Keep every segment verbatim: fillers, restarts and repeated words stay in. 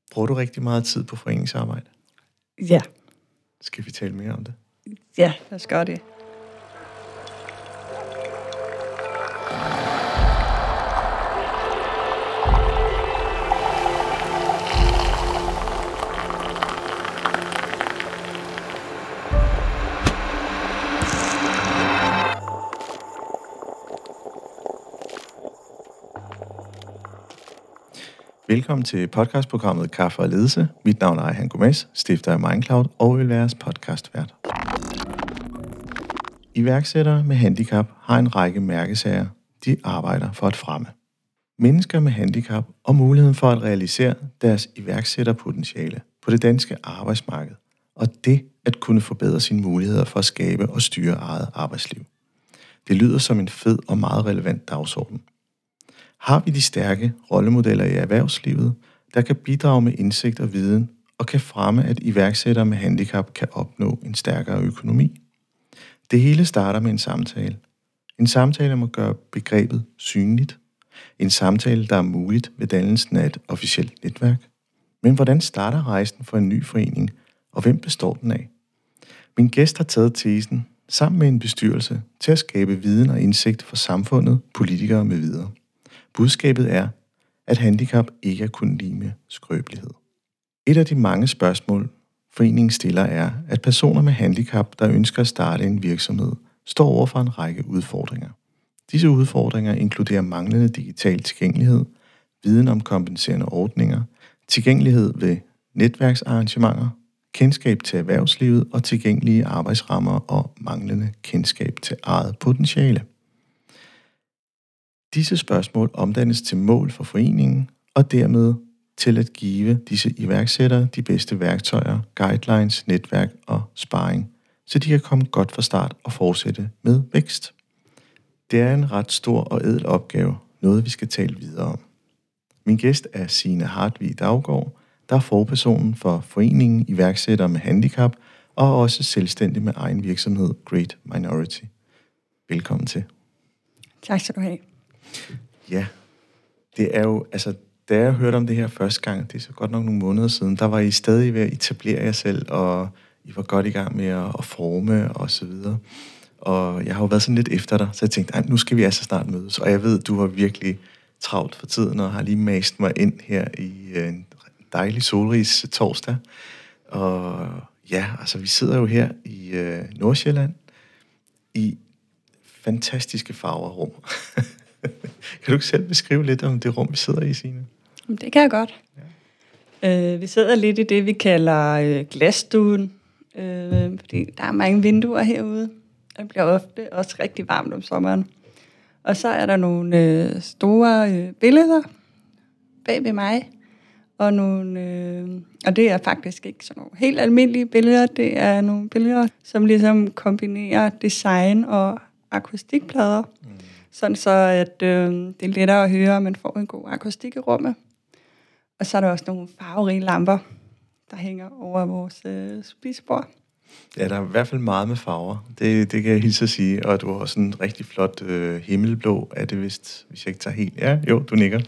Bruger du rigtig meget tid på foreningsarbejde? Ja. Skal vi tale mere om det? Ja, lad os gøre det. Velkommen til podcastprogrammet Kaffe og Ledelse. Mit navn er Ejhan Gomez, stifter af Mindcloud og vil være jeres podcastvært. Iværksættere med handicap har en række mærkesager, de arbejder for at fremme. Mennesker med handicap og muligheden for at realisere deres iværksætterpotentiale på det danske arbejdsmarked, og det at kunne forbedre sine muligheder for at skabe og styre eget arbejdsliv. Det lyder som en fed og meget relevant dagsorden. Har vi de stærke rollemodeller i erhvervslivet, der kan bidrage med indsigt og viden og kan fremme, at iværksættere med handicap kan opnå en stærkere økonomi? Det hele starter med en samtale. En samtale må gøre begrebet synligt. En samtale, der er muligt ved dannelsen af et officielt netværk. Men hvordan starter rejsen for en ny forening, og hvem består den af? Min gæst har taget tesen sammen med en bestyrelse til at skabe viden og indsigt for samfundet, politikere med videre. Budskabet er, at handicap ikke er kun lige med skrøbelighed. Et af de mange spørgsmål, foreningen stiller, er, at personer med handicap, der ønsker at starte en virksomhed, står over for en række udfordringer. Disse udfordringer inkluderer manglende digital tilgængelighed, viden om kompenserende ordninger, tilgængelighed ved netværksarrangementer, kendskab til erhvervslivet og tilgængelige arbejdsrammer og manglende kendskab til eget potentiale. Disse spørgsmål omdannes til mål for foreningen, og dermed til at give disse iværksættere de bedste værktøjer, guidelines, netværk og sparring, så de kan komme godt fra start og fortsætte med vækst. Det er en ret stor og ædel opgave, noget vi skal tale videre om. Min gæst er Signe Hartvig Daugaard, der er forpersonen for foreningen Iværksættere med Handicap og også selvstændig med egen virksomhed Great Minority. Velkommen til. Tak skal du have. Ja, det er jo, altså, da jeg hørte om det her første gang, det er så godt nok nogle måneder siden, der var I stadig ved at etablere jer selv, og I var godt i gang med at, at forme og så videre. Og jeg har jo været sådan lidt efter dig, så jeg tænkte, nu skal vi altså snart mødes. Og jeg ved, du har virkelig travlt for tiden, og har lige mast mig ind her i en dejlig solrigs torsdag. Og ja, altså vi sidder jo her i øh, Nordsjælland i fantastiske farverrum. Kan du ikke selv beskrive lidt om det rum, vi sidder i, Signe? Det kan jeg godt. Ja. Øh, vi sidder lidt i det, vi kalder øh, glasstuen, øh, fordi der er mange vinduer herude. Det bliver ofte også rigtig varmt om sommeren. Og så er der nogle øh, store øh, billeder bag ved mig, og nogle, øh, og det er faktisk ikke sådan nogle helt almindelige billeder. Det er nogle billeder, som ligesom kombinerer design og akustikplader. Mm. Sådan så, at øh, det er lettere at høre, og man får en god akustik i rummet. Og så er der også nogle farverige lamper, der hænger over vores øh, spisebord. Ja, der er i hvert fald meget med farver. Det, det kan jeg hilse at sige. Og du har også en rigtig flot øh, himmelblå, er det vist, hvis jeg ikke tager helt. Ja, jo, du nikker.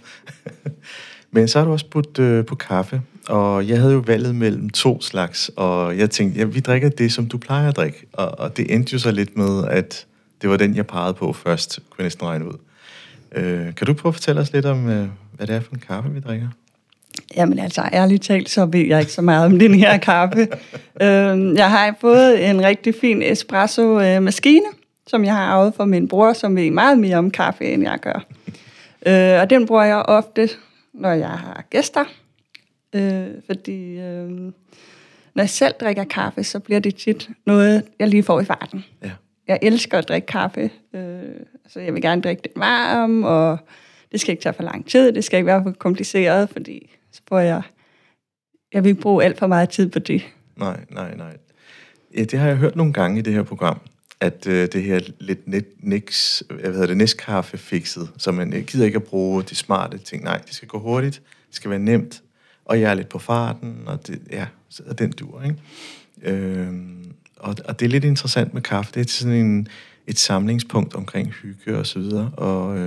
Men så har du også budt øh, på kaffe, og jeg havde jo valget mellem to slags, og jeg tænkte, ja, vi drikker det, som du plejer at drikke. Og, og det endte jo så lidt med, at det var den, jeg pegede på først, kunne jeg næsten regne ud. Øh, kan du prøve at fortælle os lidt om, øh, hvad det er for en kaffe, vi drikker? Jamen altså, ærligt talt, så ved jeg ikke så meget om den her kaffe. øh, jeg har fået en rigtig fin espresso-maskine, som jeg har arvet fra min bror, som ved meget mere om kaffe, end jeg gør. øh, og den bruger jeg ofte, når jeg har gæster. Øh, fordi øh, når jeg selv drikker kaffe, så bliver det tit noget, jeg lige får i farten. Ja. Jeg elsker at drikke kaffe, øh, så jeg vil gerne drikke det varm, og det skal ikke tage for lang tid, det skal ikke være for kompliceret, fordi så får jeg, jeg vil ikke bruge alt for meget tid på det. Nej, nej, nej. Ja, det har jeg hørt nogle gange i det her program, at øh, det her lidt net, niks, hvad hedder det, næstkaffe-fikset, så man gider ikke at bruge de smarte ting. Nej, det skal gå hurtigt, det skal være nemt, og jeg er lidt på farten, og det, ja, og den dur, ikke? Øhm, og, og det er lidt interessant med kaffe, det er sådan en, et samlingspunkt omkring hygge og så videre, og øh,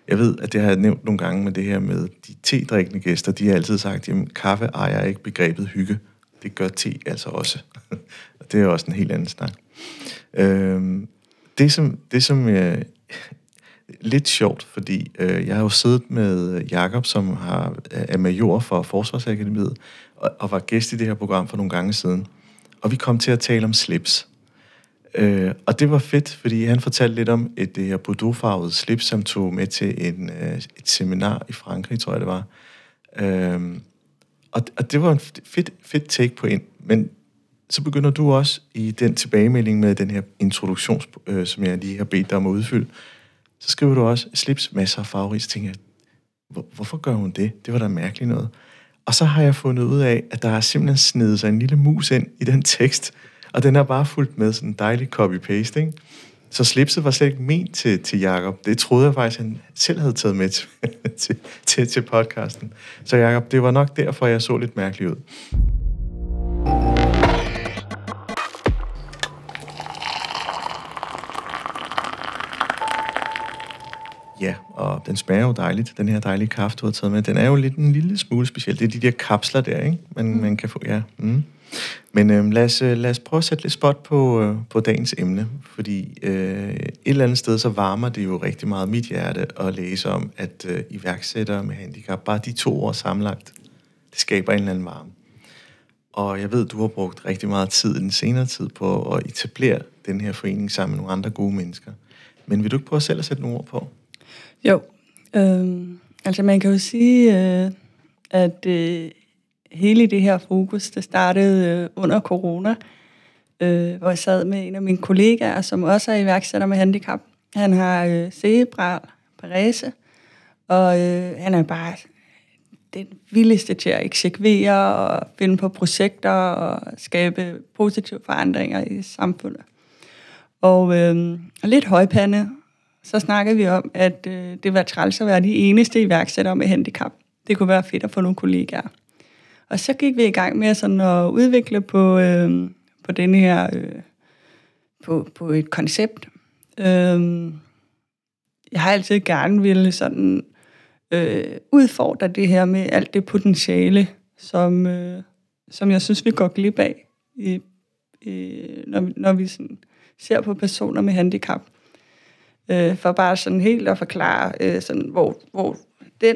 Jeg ved, at det har jeg nævnt nogle gange med det her med de te-drikkende gæster. De har altid sagt, at kaffe ejer ikke begrebet hygge. Det gør te altså også. Det er også en helt anden snak. Øhm, det som, det som øh, lidt sjovt, fordi øh, jeg har jo siddet med Jakob, som har, er major for Forsvarsakademiet, og, og var gæst i det her program for nogle gange siden. Og vi kom til at tale om slips. Øh, og det var fedt, fordi han fortalte lidt om et det her bordeauxfarvede slips, som tog med til en, øh, et seminar i Frankrig, tror jeg det var. Øh, og, og det var en fedt, fedt take på ind. Men så begynder du også i den tilbagemelding med den her introduktion, øh, som jeg lige har bedt dig om at udfylde. Så skriver du også slips, masser af farver i. Så tænker jeg, hvor, hvorfor gør hun det? Det var da mærkeligt noget. Og så har jeg fundet ud af, at der er simpelthen snedet sig en lille mus ind i den tekst, og den er bare fulgt med sådan en dejlig copy-paste, ikke? Så slipset var slet ikke ment til, til Jakob. Det troede jeg faktisk, han selv havde taget med til, til, til, til podcasten. Så Jakob, det var nok derfor, jeg så lidt mærkelig ud. Ja, og den smager jo dejligt, den her dejlige kaffe, du har taget med. Den er jo lidt en lille smule speciel. Det er de der kapsler der, ikke? Man, mm. man kan få, ja. Mm. Men øh, lad, os, lad os prøve at sætte lidt spot på, øh, på dagens emne, fordi øh, et eller andet sted, så varmer det jo rigtig meget mit hjerte at læse om, at øh, iværksættere med handicap, bare de to år sammenlagt, det skaber en eller anden varme. Og jeg ved, du har brugt rigtig meget tid i den senere tid på at etablere den her forening sammen med nogle andre gode mennesker. Men vil du ikke prøve selv at sætte nogle ord på? Jo, øh, altså man kan jo sige, øh, at øh, hele det her fokus, det startede øh, under corona, øh, hvor jeg sad med en af mine kollegaer, som også er iværksætter med handicap. Han har øh, cerebral parese, og øh, han er bare den vildeste til at eksekvere og finde på projekter og skabe positive forandringer i samfundet. Og øh, lidt højpande, så snakkede vi om, at øh, det var træls at være de eneste iværksættere med handicap. Det kunne være fedt at få nogle kollegaer. Og så gik vi i gang med sådan at udvikle på, øh, på denne her, øh, på, på et koncept. Øh, jeg har altid gerne ville sådan øh, udfordre det her med alt det potentiale, som, øh, som jeg synes, vi går glip af, i, i, når, når vi sådan ser på personer med handicap. Øh, for bare sådan helt at forklare, øh, sådan, hvor, hvor den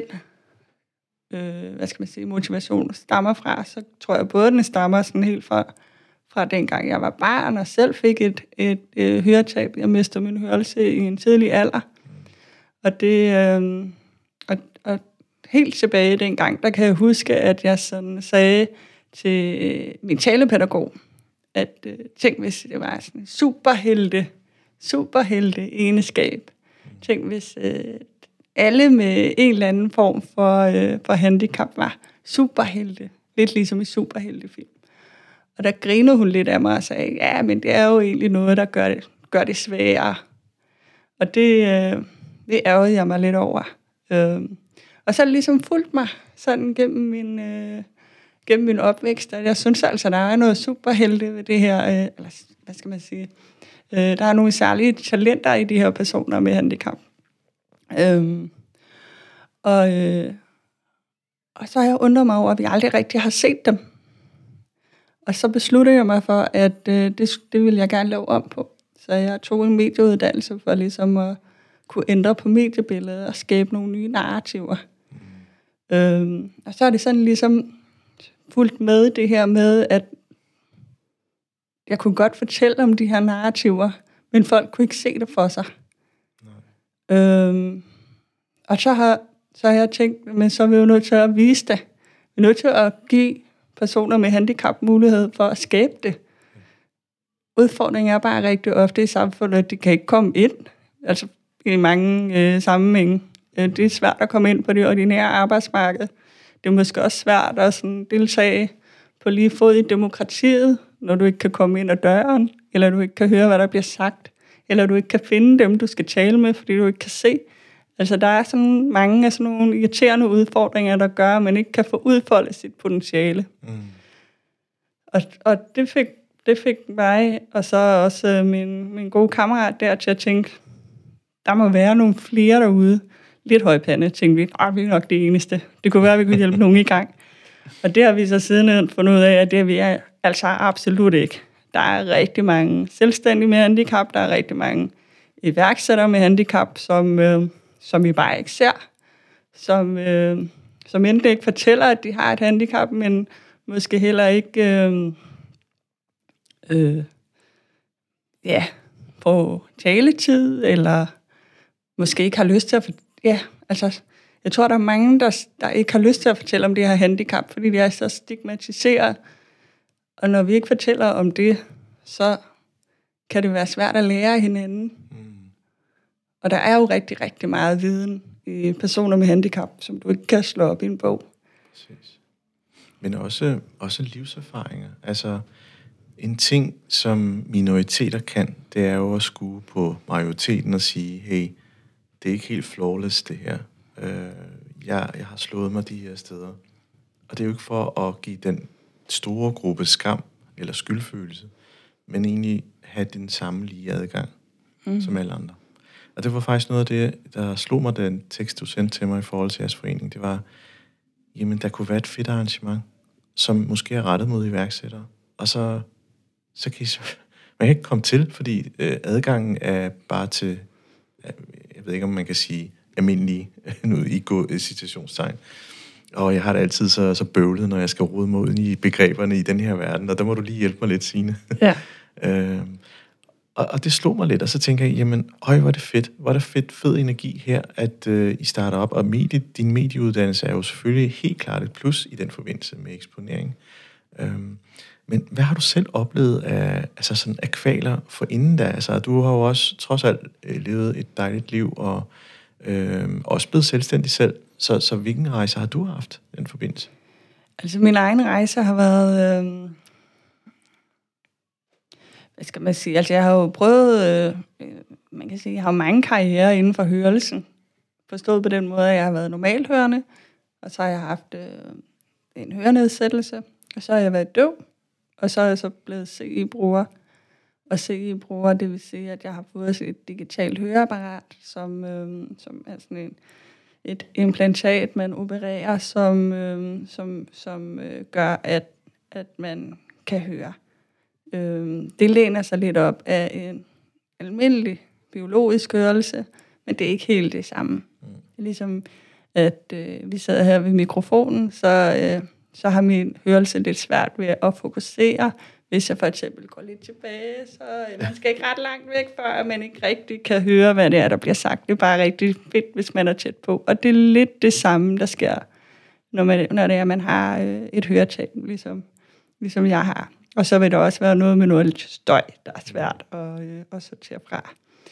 øh, hvad skal man sige, motivation stammer fra, så tror jeg både, den stammer sådan helt fra, fra dengang jeg var barn, og selv fik et, et, et høretab. Jeg mistede min hørelse i en tidlig alder. Og det øh, og, og helt tilbage dengang, der kan jeg huske, at jeg sådan sagde til min talepædagog, at øh, tænk, hvis det var sådan en superhelte, superhelte egenskab. Tænk, hvis øh, alle med en eller anden form for, øh, for handicap var superhelte. Lidt ligesom i superheltefilm. Og der grinede hun lidt af mig og sagde, ja, men det er jo egentlig noget, der gør det, gør det sværere. Og det, øh, det ærgede jeg mig lidt over. Øh, og så har det ligesom fulgt mig sådan gennem min, øh, gennem min opvækst, og jeg synes altså, der er noget superhelte ved det her, øh, eller hvad skal man sige, øh, der er nogle særlige talenter i de her personer med handicap. Øh, og, øh, og så har jeg undret mig over, at vi aldrig rigtig har set dem. Og så besluttede jeg mig for, at øh, det, det ville jeg gerne lave om på. Så jeg tog en medieuddannelse for ligesom at kunne ændre på mediebilledet og skabe nogle nye narrativer. Mm. Øhm, og så er det sådan ligesom fulgt med det her med, at jeg kunne godt fortælle om de her narrativer, men folk kunne ikke se det for sig. Nej. Øhm, og så har, så har jeg tænkt, men så er vi jo nødt til at vise det. Vi er nødt til at give personer med handicap mulighed for at skabe det. Udfordringen er bare rigtig ofte i samfundet, at de kan ikke komme ind. Altså i mange øh, sammenhænge. Det er svært at komme ind på det ordinære arbejdsmarked. Det er måske også svært at sådan deltage på lige fod i demokratiet, når du ikke kan komme ind ad døren, eller du ikke kan høre, hvad der bliver sagt, eller du ikke kan finde dem, du skal tale med, fordi du ikke kan se. Altså der er sådan mange af sådan nogle irriterende udfordringer, der gør, at man ikke kan få udfoldet sit potentiale. Mm. Og, og det fik det fik mig, og så også min, min gode kammerat der til at tænke, der må være nogle flere derude, lidt højpande, tænkte vi, at vi er nok det eneste. Det kunne være, at vi kunne hjælpe nogen i gang. Og det har vi så siden fundet ud af, at det er vi er altså absolut ikke. Der er rigtig mange selvstændige med handicap, der er rigtig mange iværksættere med handicap, som, øh, som vi bare ikke ser. Som, øh, som enten ikke fortæller, at de har et handicap, men måske heller ikke øh, øh, ja, på taletid, eller måske ikke har lyst til at... Ja, altså, jeg tror, der er mange, der, der ikke har lyst til at fortælle om det her handicap, fordi de er så stigmatiseret. Og når vi ikke fortæller om det, så kan det være svært at lære af hinanden. Mm. Og der er jo rigtig, rigtig meget viden i personer med handicap, som du ikke kan slå op i en bog. Præcis. Men også, også livserfaringer. Altså, en ting, som minoriteter kan, det er jo at skue på majoriteten og sige, hey, det er ikke helt flawless, det her. Øh, jeg, jeg har slået mig de her steder. Og det er jo ikke for at give den store gruppe skam eller skyldfølelse, men egentlig have den samme lige adgang mm. som alle andre. Og det var faktisk noget af det, der slog mig, den tekst, du sendte til mig i forhold til jeres forening. Det var, jamen, der kunne være et fedt arrangement, som måske er rettet mod iværksættere. Og så, så kan I så... Man kan ikke komme til, fordi øh, adgangen er bare til... Jeg ved ikke, om man kan sige almindelige, nu i god citationstegn. Og jeg har det altid så, så bøvlet, når jeg skal rode mig ud i begreberne i den her verden, og der må du lige hjælpe mig lidt, Signe. Ja. øhm, og, og det slog mig lidt, og så tænker jeg, jamen, øj, hvor er det fedt, hvor er det fedt, fed energi her, at øh, I starter op, og medie, din medieuddannelse er jo selvfølgelig helt klart et plus i den forbindelse med eksponering. Øhm, men hvad har du selv oplevet af, altså sådan af kvaler for inden da? Altså, du har jo også trods alt øh, levet et dejligt liv, og øh, også blevet selvstændig selv. Så, så hvilken rejse har du haft i den forbindelse? Altså, min egen rejse har været... Øh, hvad skal man sige? Altså, jeg har jo prøvet... Øh, man kan sige, jeg har mange karrierer inden for hørelsen. Forstået på den måde, at jeg har været normalhørende, og så har jeg haft øh, en hørenedsættelse, og så har jeg været døv, og så er jeg så blevet C E-bruger. Og C E-bruger, det vil sige, at jeg har fået et digitalt høreapparat, som, øh, som er sådan en... et implantat, man opererer, som, øh, som, som øh, gør, at, at man kan høre. Øh, det læner sig lidt op af en almindelig biologisk hørelse, men det er ikke helt det samme. Mm. Ligesom at øh, vi sidder her ved mikrofonen, så, øh, så har min hørelse lidt svært ved at fokusere. Hvis jeg for eksempel går lidt tilbage, så man skal ikke ret langt væk, før man ikke rigtig kan høre, hvad det er, der bliver sagt. Det er bare rigtig fedt, hvis man er tæt på. Og det er lidt det samme, der sker, når, man, når det er, man har øh, et høretab, ligesom, ligesom jeg har. Og så vil der også være noget med noget støj, der er svært at, øh, at sortere fra.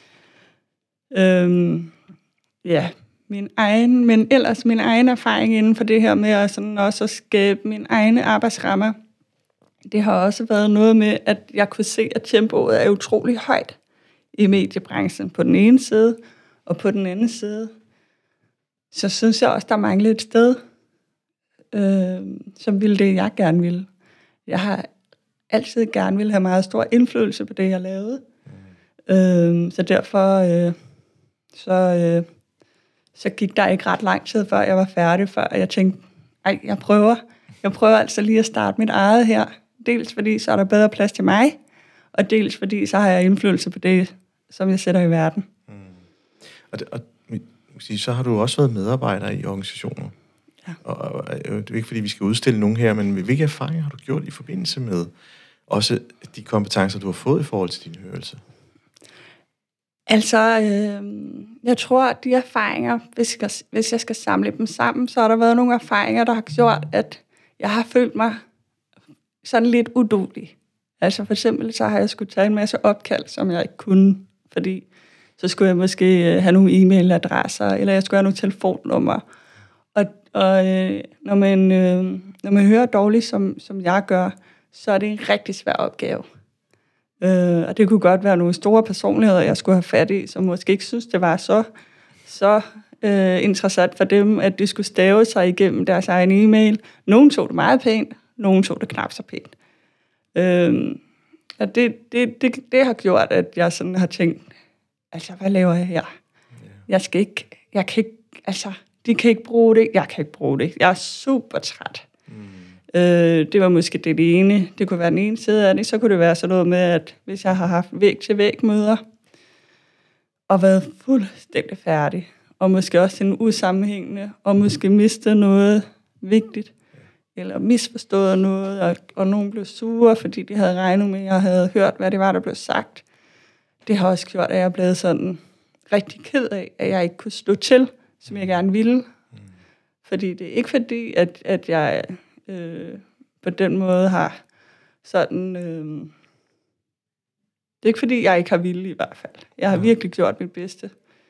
Øhm, ja, min egen, men ellers min egen erfaring inden for det her med at sådan også at skabe mine egne arbejdsrammer, det har også været noget med, at jeg kunne se, at tempoet er utrolig højt i mediebranchen på den ene side, og på den anden side. Så synes jeg også, der manglede et sted, øh, som ville det, jeg gerne ville. Jeg har altid gerne ville have meget stor indflydelse på det, jeg lavede. Mm. Øh, så derfor øh, så, øh, så gik der ikke ret lang tid, før jeg var færdig, før jeg tænkte, ej, jeg prøver. Jeg prøver altså lige at starte mit eget her. Dels fordi, så er der bedre plads til mig, og dels fordi, så har jeg indflydelse på det, som jeg sætter i verden. Mm. Og, det, og så har du også været medarbejder i organisationer. Ja. Og, og, og det er ikke, fordi vi skal udstille nogen her, men hvilke erfaringer har du gjort i forbindelse med også de kompetencer, du har fået i forhold til din hørelse? Altså, øh, jeg tror, at de erfaringer, hvis jeg, hvis jeg skal samle dem sammen, så har der været nogle erfaringer, der har gjort, at jeg har følt mig sådan lidt uduelig. Altså for eksempel, så har jeg skulle tage en masse opkald, som jeg ikke kunne, fordi så skulle jeg måske have nogle e-mailadresser, eller jeg skulle have nogle telefonnumre. Og, og øh, når, man, øh, når man hører dårligt, som, som jeg gør, så er det en rigtig svær opgave. Øh, og det kunne godt være nogle store personligheder, jeg skulle have fat i, som måske ikke synes, det var så, så øh, interessant for dem, at de skulle stave sig igennem deres egen e-mail. Nogle tog det meget pænt, nogle tog det knap så pænt. Øh, og det, det, det, det har gjort, at jeg sådan har tænkt, altså, hvad laver jeg her? Jeg skal ikke, jeg kan ikke altså, de kan ikke bruge det, jeg kan ikke bruge det. Jeg er super træt. Mm. Øh, det var måske det, det ene. Det kunne være den ene side af det. Så kunne det være sådan noget med, at hvis jeg har haft væg-til-væg-møder, og været fuldstændig færdig, og måske også en usammenhængende, og måske mistet noget vigtigt, eller misforstået noget, og, og nogen blev sure, fordi de havde regnet med, at jeg havde hørt, hvad det var, der blev sagt. Det har også gjort, at jeg er blevet sådan rigtig ked af, at jeg ikke kunne stå til, som jeg gerne ville. Mm. Fordi det er ikke fordi, at, at jeg øh, på den måde har sådan... Øh, det er ikke fordi, jeg ikke har ville i hvert fald. Jeg har ja. virkelig gjort mit bedste.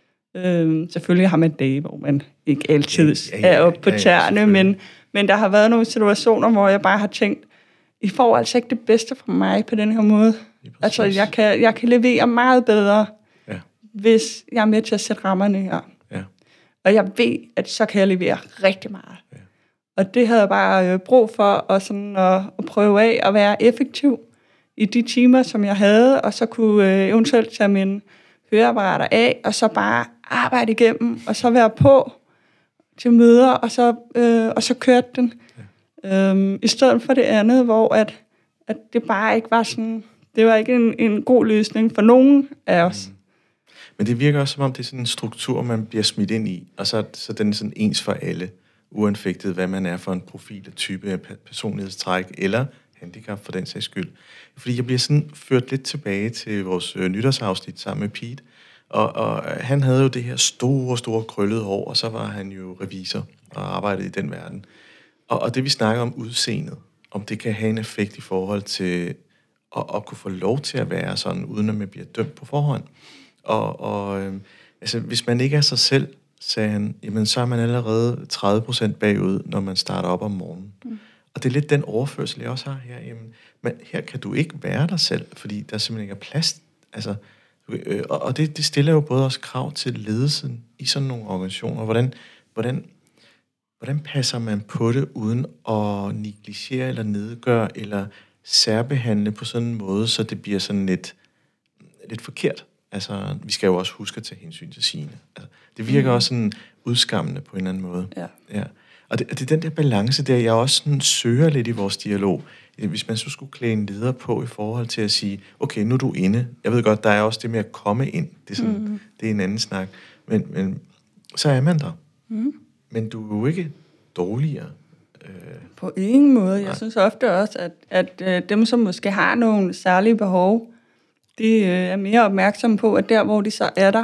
Øh, selvfølgelig har man dage, hvor man ikke altid ja, ja, ja, er oppe på tæerne, ja, ja, men, men der har været nogle situationer, hvor jeg bare har tænkt, I får altså ikke det bedste fra mig på den her måde. Altså, jeg kan, jeg kan levere meget bedre, ja. hvis jeg er med til at sætte rammerne her. Ja. Og jeg ved, at så kan jeg levere rigtig meget. Ja. Og det havde jeg bare brug for at, sådan, at, at prøve af at være effektiv i de timer, som jeg havde, og så kunne øh, eventuelt tage mine høreapparater af, og så bare arbejde igennem, og så være på til møder, og så, øh, og så kørte den. Ja. Øhm, I stedet for det andet, hvor at, at det bare ikke var sådan, det var ikke en, en god løsning for nogen af os. Mm. Men det virker også, som om det er sådan en struktur, man bliver smidt ind i, og så, så den er sådan ens for alle, uanfægtet hvad man er for en profil, type, personlighedstræk, eller handicap for den sags skyld. Fordi jeg bliver sådan ført lidt tilbage til vores øh, nytårsafsnit sammen med Pete, og, og han havde jo det her store, store krøllede hår, og så var han jo revisor og arbejdede i den verden. Og, og det vi snakker om udseendet, om det kan have en effekt i forhold til at, at kunne få lov til at være sådan, uden at man bliver dømt på forhånd. Og, og øh, altså, hvis man ikke er sig selv, sagde han, jamen så er man allerede tredive procent bagud, når man starter op om morgenen. Mm. Og det er lidt den overførsel, jeg også har her. Jamen, men her kan du ikke være dig selv, fordi der simpelthen ikke er plads. Altså, øh, og det, det stiller jo både også krav til ledelsen i sådan nogle organisationer. Hvordan, hvordan, hvordan passer man på det, uden at negligere eller nedgøre, eller særbehandle på sådan en måde, så det bliver sådan lidt, lidt forkert? Altså, vi skal jo også huske at tage hensyn til sine. Altså, det virker mm. også sådan udskammende på en eller anden måde. Ja. Ja. Og det, det er den der balance der, jeg også sådan søger lidt i vores dialog. Hvis man så skulle klæde en leder på i forhold til at sige, okay, nu er du inde. Jeg ved godt, der er også det med at komme ind. Det er, sådan, mm. det er en anden snak. Men, men så er man der. Mm. Men du er jo ikke dårligere. Øh. På ingen måde. Jeg Nej. synes ofte også, at, at øh, dem, som måske har nogle særlige behov, de øh, er mere opmærksomme på, at der, hvor de så er der,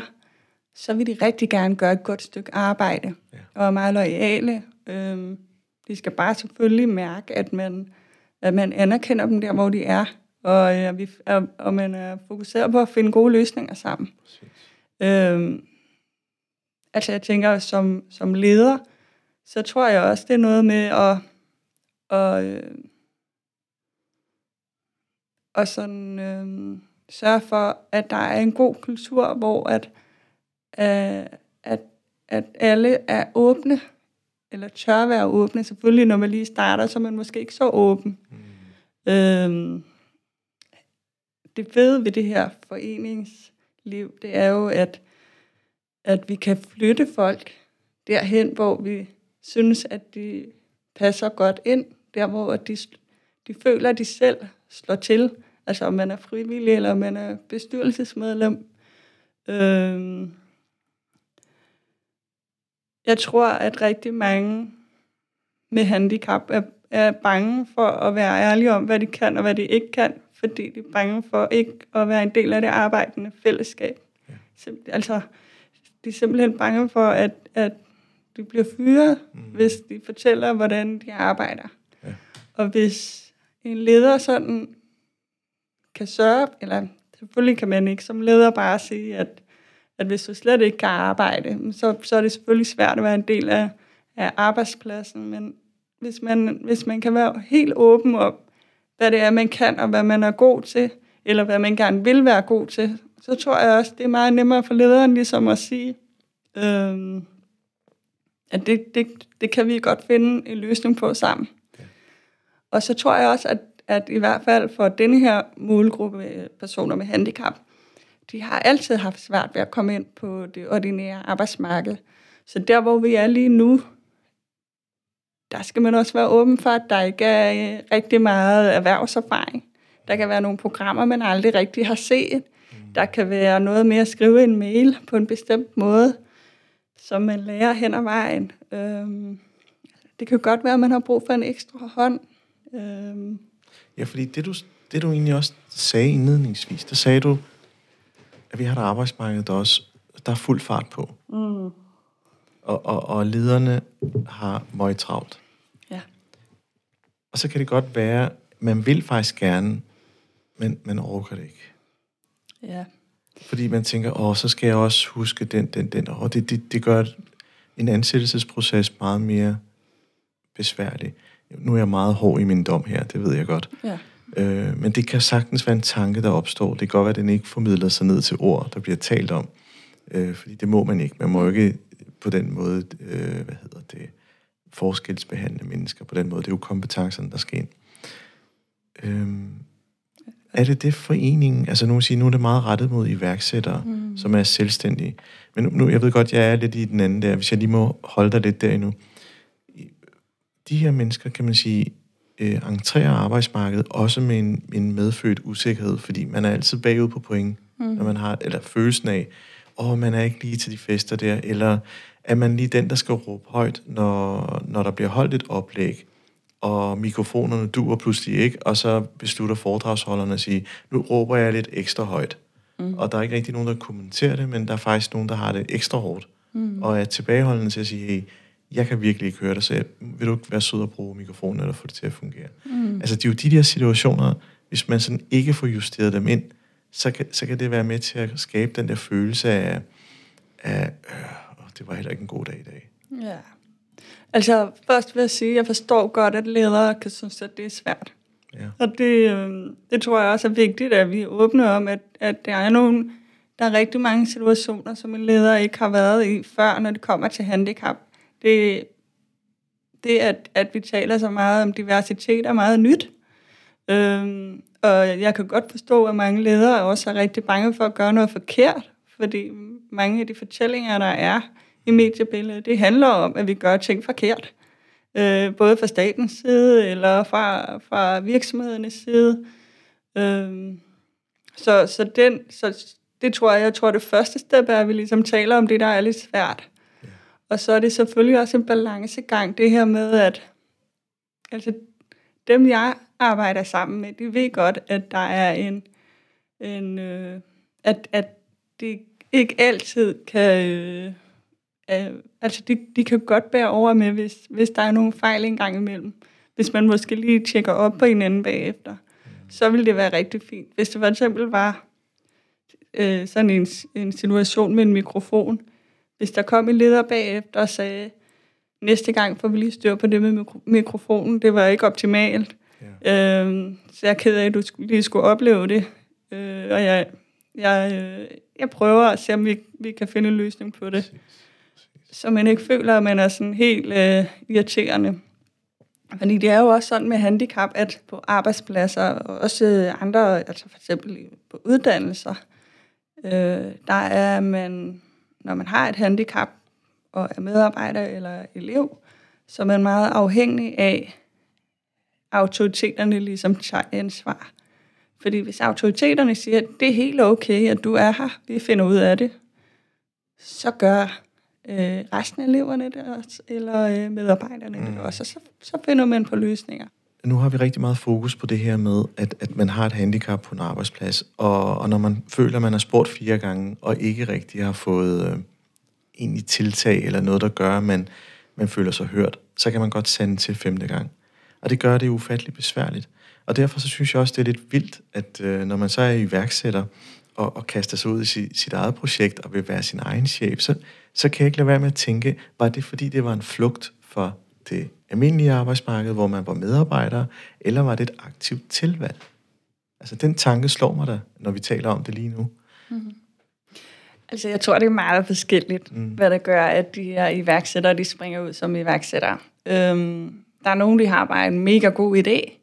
så vil de rigtig gerne gøre et godt stykke arbejde. Ja. Og er meget loyale. Øhm, de skal bare selvfølgelig mærke, at man, at man anerkender dem der, hvor de er. Og, øh, vi, og, og man er fokuseret på at finde gode løsninger sammen. Øhm, altså jeg tænker, som, som leder, så tror jeg også, det er noget med at... at øh, og sådan... Øh, sørge for, at der er en god kultur, hvor at, øh, at, at alle er åbne, eller tør være åbne. Selvfølgelig, når man lige starter, så er man måske ikke så åben. Mm. Øhm, det fede ved det her foreningsliv, det er jo, at, at vi kan flytte folk derhen, hvor vi synes, at de passer godt ind. Der, hvor de, de føler, at de selv slår til. Altså om man er frivillig, eller om man er bestyrelsesmedlem. Øhm, jeg tror, at rigtig mange med handicap er, er bange for at være ærlige om, hvad de kan og hvad de ikke kan, fordi de er bange for ikke at være en del af det arbejdende fællesskab. Ja. Simp- altså, de er simpelthen bange for, at, at de bliver fyret, mm. hvis de fortæller, hvordan de arbejder. Ja. Og hvis en leder sådan kan sørge, eller selvfølgelig kan man ikke som leder bare sige, at, at hvis du slet ikke kan arbejde, så, så er det selvfølgelig svært at være en del af, af arbejdspladsen, men hvis man, hvis man kan være helt åben om, hvad det er, man kan, og hvad man er god til, eller hvad man gerne vil være god til, så tror jeg også, det er meget nemmere for lederen ligesom at sige, øhm, at det, det, det kan vi godt finde en løsning på sammen. Okay. Og så tror jeg også, at at i hvert fald for denne her målgruppe personer med handicap, de har altid haft svært ved at komme ind på det ordinære arbejdsmarked. Så der, hvor vi er lige nu, der skal man også være åben for, at der ikke er øh, rigtig meget erhvervserfaring. Der kan være nogle programmer, man aldrig rigtig har set. Der kan være noget med at skrive en mail på en bestemt måde, som man lærer hen ad vejen. Øhm, det kan godt være, at man har brug for en ekstra hånd. Øhm. Ja, fordi det du, det du egentlig også sagde indledningsvis, der sagde du, at vi har et arbejdsmarked, der også der er fuld fart på. Mm. Og, og, og lederne har meget travlt. Ja. Og så kan det godt være, man vil faktisk gerne, men man orker det ikke. Ja. Fordi man tænker, åh, så skal jeg også huske den, den, den. Og det, det, det gør en ansættelsesproces meget mere besværlig. Nu er jeg meget hård i min dom her, det ved jeg godt. Ja. Øh, men det kan sagtens være en tanke, der opstår. Det kan godt være, at den ikke formidler sig ned til ord, der bliver talt om. Øh, fordi det må man ikke. Man må ikke på den måde, øh, hvad hedder det, forskelsbehandle mennesker på den måde. Det er jo kompetencerne, der skal ind. Øh, er det det foreningen, altså nu, sige, nu er det meget rettet mod iværksættere, mm. som er selvstændige. Men nu, nu, jeg ved godt, jeg er lidt i den anden der, hvis jeg lige må holde dig lidt der endnu. De her mennesker, kan man sige, øh, entrerer arbejdsmarkedet også med en, en medfødt usikkerhed, fordi man er altid bagud på point, mm. når man har, eller følelsen af, åh, man er ikke lige til de fester der, eller er man lige den, der skal råbe højt, når, når der bliver holdt et oplæg, og mikrofonerne duer pludselig ikke, og så beslutter foredragsholderne at sige, nu råber jeg lidt ekstra højt. Mm. Og der er ikke rigtig nogen, der kommenterer det, men der er faktisk nogen, der har det ekstra hårdt, mm. og er tilbageholdende til at sige, hey, jeg kan virkelig ikke høre dig, så jeg, vil du ikke være sød at bruge mikrofonen, eller få det til at fungere? Mm. Altså, det er jo de der situationer, hvis man sådan ikke får justeret dem ind, så kan, så kan det være med til at skabe den der følelse af, af øh, det var heller ikke en god dag i dag. Ja. Altså, først vil jeg sige, at jeg forstår godt, at ledere kan synes, at det er svært. Ja. Og det, øh, det tror jeg også er vigtigt, at vi er åbne om, at, at der er nogle, der er rigtig mange situationer, som en leder ikke har været i før, når det kommer til handicap. Det, det at, at vi taler så meget om diversitet, er meget nyt. Øhm, og jeg kan godt forstå, at mange ledere også er rigtig bange for at gøre noget forkert, fordi mange af de fortællinger, der er i mediebilledet, det handler om, at vi gør ting forkert. Øh, både fra statens side, eller fra, fra virksomhedernes side. Øhm, så, så, den, så det tror jeg, jeg tror, det første step er, at vi ligesom taler om det, der er lidt svært. Og så er det selvfølgelig også en balancegang, det her med, at altså, dem, jeg arbejder sammen med, de ved godt, at der er en, en øh, at, at de ikke altid kan, øh, øh, altså de, de kan godt bære over med, hvis, hvis der er nogle fejl en gang imellem. Hvis man måske lige tjekker op på hinanden bagefter, så vil det være rigtig fint. Hvis det for eksempel var øh, sådan en, en situation med en mikrofon, hvis der kom en leder bagefter og sagde, næste gang får vi lige styr på det med mikro- mikrofonen, det var ikke optimalt. Ja. Øhm, så jeg er ked af, at du lige skulle opleve det. Øh, og jeg, jeg, øh, jeg prøver at se, om vi, vi kan finde en løsning på det. Så man ikke føler, at man er sådan helt øh, irriterende. Fordi det er jo også sådan med handicap, at på arbejdspladser, og også andre, altså for eksempel på uddannelser, øh, der er man... Når man har et handicap og er medarbejder eller elev, så er man meget afhængig af autoriteterne ligesom tager ansvar. Fordi hvis autoriteterne siger, at det er helt okay, at du er her, vi finder ud af det, så gør øh, resten af eleverne det også, eller øh, medarbejderne mm. det også, og så, så finder man på løsninger. Nu har vi rigtig meget fokus på det her med, at, at man har et handicap på en arbejdsplads, og, og når man føler, at man har spurgt fire gange, og ikke rigtig har fået øh, egentlig tiltag, eller noget, der gør, at man, man føler sig hørt, så kan man godt sende til femte gang. Og det gør det ufatteligt besværligt. Og derfor så synes jeg også, det er lidt vildt, at øh, når man så er iværksætter, og, og kaster sig ud i sit, sit eget projekt, og vil være sin egen chef, så, så kan jeg ikke lade være med at tænke, var det fordi, det var en flugt for det almindelige arbejdsmarked, hvor man var medarbejder, eller var det et aktivt tilvalg? Altså, den tanke slår mig da, når vi taler om det lige nu. Mm-hmm. Altså, jeg tror, det er meget forskelligt, mm. hvad der gør, at de her iværksættere, de springer ud som iværksættere. Øhm, der er nogen, der har bare en mega god idé.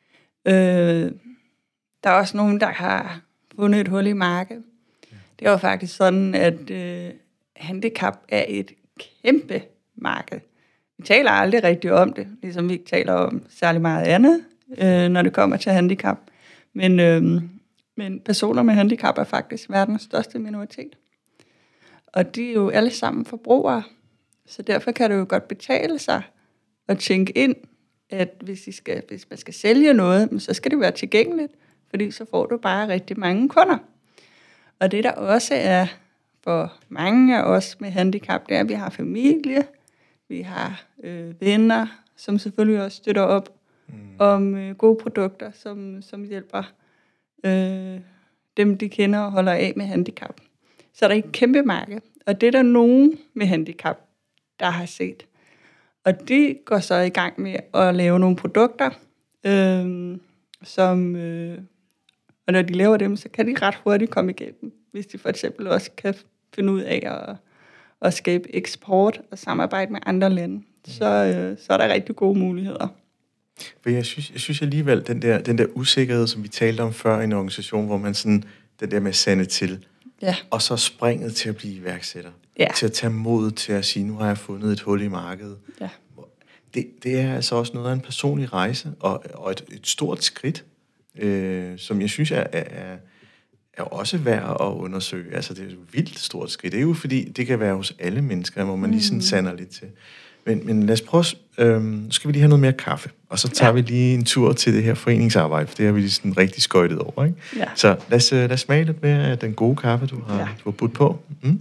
Øh, der er også nogen, der har fundet et hul i markedet. Ja. Det er jo faktisk sådan, at øh, handicap er et kæmpe marked. Vi taler aldrig rigtig om det, ligesom vi ikke taler om særlig meget andet, øh, når det kommer til handicap. Men, øh, men personer med handicap er faktisk verdens største minoritet. Og de er jo alle sammen forbrugere, så derfor kan det jo godt betale sig at tænke ind, at hvis, I skal, hvis man skal sælge noget, så skal det være tilgængeligt, fordi så får du bare rigtig mange kunder. Og det der også er for mange af os med handicap, det er, at vi har familie, vi har øh, venner, som selvfølgelig også støtter op mm. om øh, gode produkter, som, som hjælper øh, dem, de kender og holder af med handicap. Så er der et kæmpe marked, og det er der nogen med handicap, der har set. Og de går så i gang med at lave nogle produkter, øh, som, øh, og når de laver dem, så kan de ret hurtigt komme igennem, hvis de for eksempel også kan finde ud af at, at skabe eksport og samarbejde med andre lande. Så, øh, så er der rigtig gode muligheder. For jeg synes, jeg synes alligevel, den der, den der usikkerhed, som vi talte om før i en organisation, hvor man sådan, den der med at sande til, ja. og så springet til at blive iværksætter, ja. til at tage mod til at sige, nu har jeg fundet et hul i markedet. Ja. Det, det er altså også noget af en personlig rejse, og, og et, et stort skridt, øh, som jeg synes er, er, er også værd at undersøge. Altså det er et vildt stort skridt. Det er jo fordi, det kan være hos alle mennesker, hvor man lige sådan sander lidt til. Men, men lad os prøve, øh, nu skal vi lige have noget mere kaffe, og så tager ja. vi lige en tur til det her foreningsarbejde, for det har vi lige sådan rigtig skøjtet over, ikke? Ja. Så lad os, lad os smage lidt mere af den gode kaffe, du har, ja. du har budt på. Mm.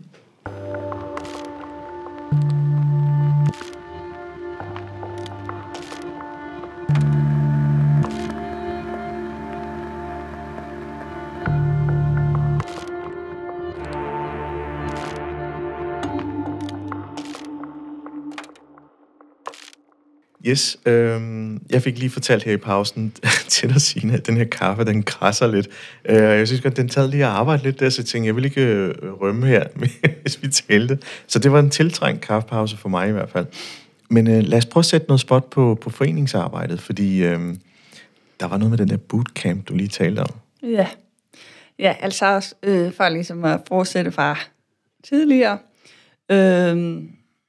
Yes, øh, jeg fik lige fortalt her i pausen til dig, Signe, at den her kaffe, den krasser lidt. Øh, jeg synes godt, den tager lige at arbejde lidt der, så jeg tænkte, jeg vil ikke øh, rømme her, hvis vi talte. Så det var en tiltrængt kaffepause for mig i hvert fald. Men øh, lad os prøve at sætte noget spot på, på foreningsarbejdet, fordi øh, der var noget med den der bootcamp, du lige talte om. Ja, ja altså øh, for ligesom at fortsætte fra tidligere, øh,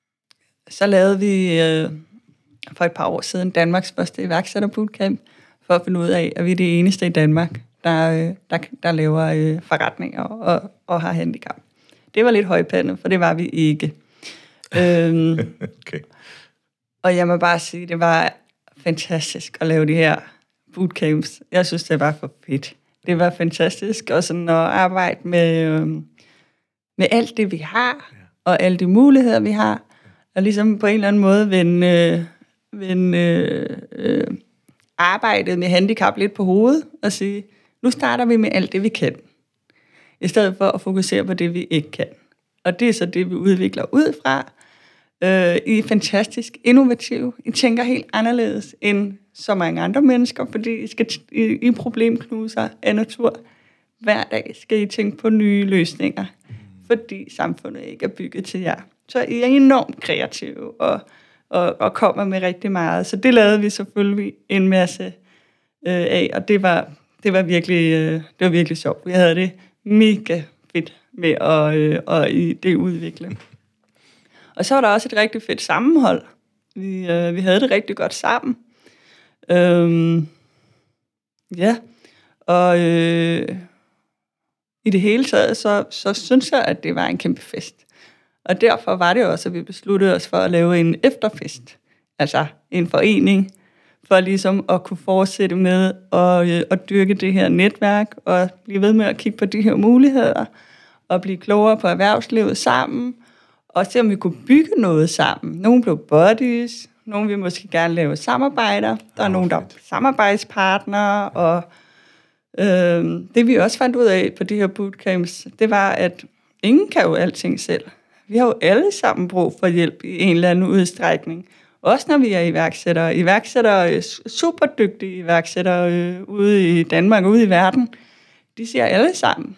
så lavede vi... Øh, for et par år siden Danmarks første iværksætterbootcamp, for at finde ud af, at vi er det eneste i Danmark, der, der, der laver forretninger og, og har handicap. Det var lidt højpandet, for det var vi ikke. øhm, okay. Og jeg må bare sige, det var fantastisk at lave de her bootcamps. Jeg synes, det var for fedt. Det var fantastisk også at arbejde med, øhm, med alt det, vi har, og alle de muligheder, vi har, og ligesom på en eller anden måde vende... Øh, vende øh, øh, arbejdet med handicap lidt på hovedet og sige, nu starter vi med alt det, vi kan, i stedet for at fokusere på det, vi ikke kan. Og det er så det, vi udvikler ud fra. Øh, I er fantastisk innovative. I tænker helt anderledes end så mange andre mennesker, fordi I, skal t- I, I problemknuser af natur. Hver dag skal I tænke på nye løsninger, fordi samfundet ikke er bygget til jer. Så I er enormt kreative og Og, og kommer med rigtig meget. Så det lavede vi selvfølgelig en masse øh, af, og det var, det var virkelig, øh, det var virkelig sjovt. Vi havde det mega fedt med at, øh, at i det udvikle. Og så var der også et rigtig fedt sammenhold. Vi, øh, vi havde det rigtig godt sammen. Øhm, ja, og øh, i det hele taget, så, så synes jeg, at det var en kæmpe fest. Og derfor var det også, at vi besluttede os for at lave en efterfest, altså en forening, for ligesom at kunne fortsætte med at, øh, at dyrke det her netværk, og blive ved med at kigge på de her muligheder, og blive klogere på erhvervslivet sammen, og se om vi kunne bygge noget sammen. Nogle blev buddies, nogle vil måske gerne lave samarbejder, der er oh, nogle, der er samarbejdspartnere, og øh, det vi også fandt ud af på de her bootcamps, det var, at ingen kan jo alting selv. Vi har jo alle sammen brug for hjælp i en eller anden udstrækning. Også når vi er iværksættere. Iværksættere, superdygtige iværksættere øh, ude i Danmark, ude i verden. De siger alle sammen,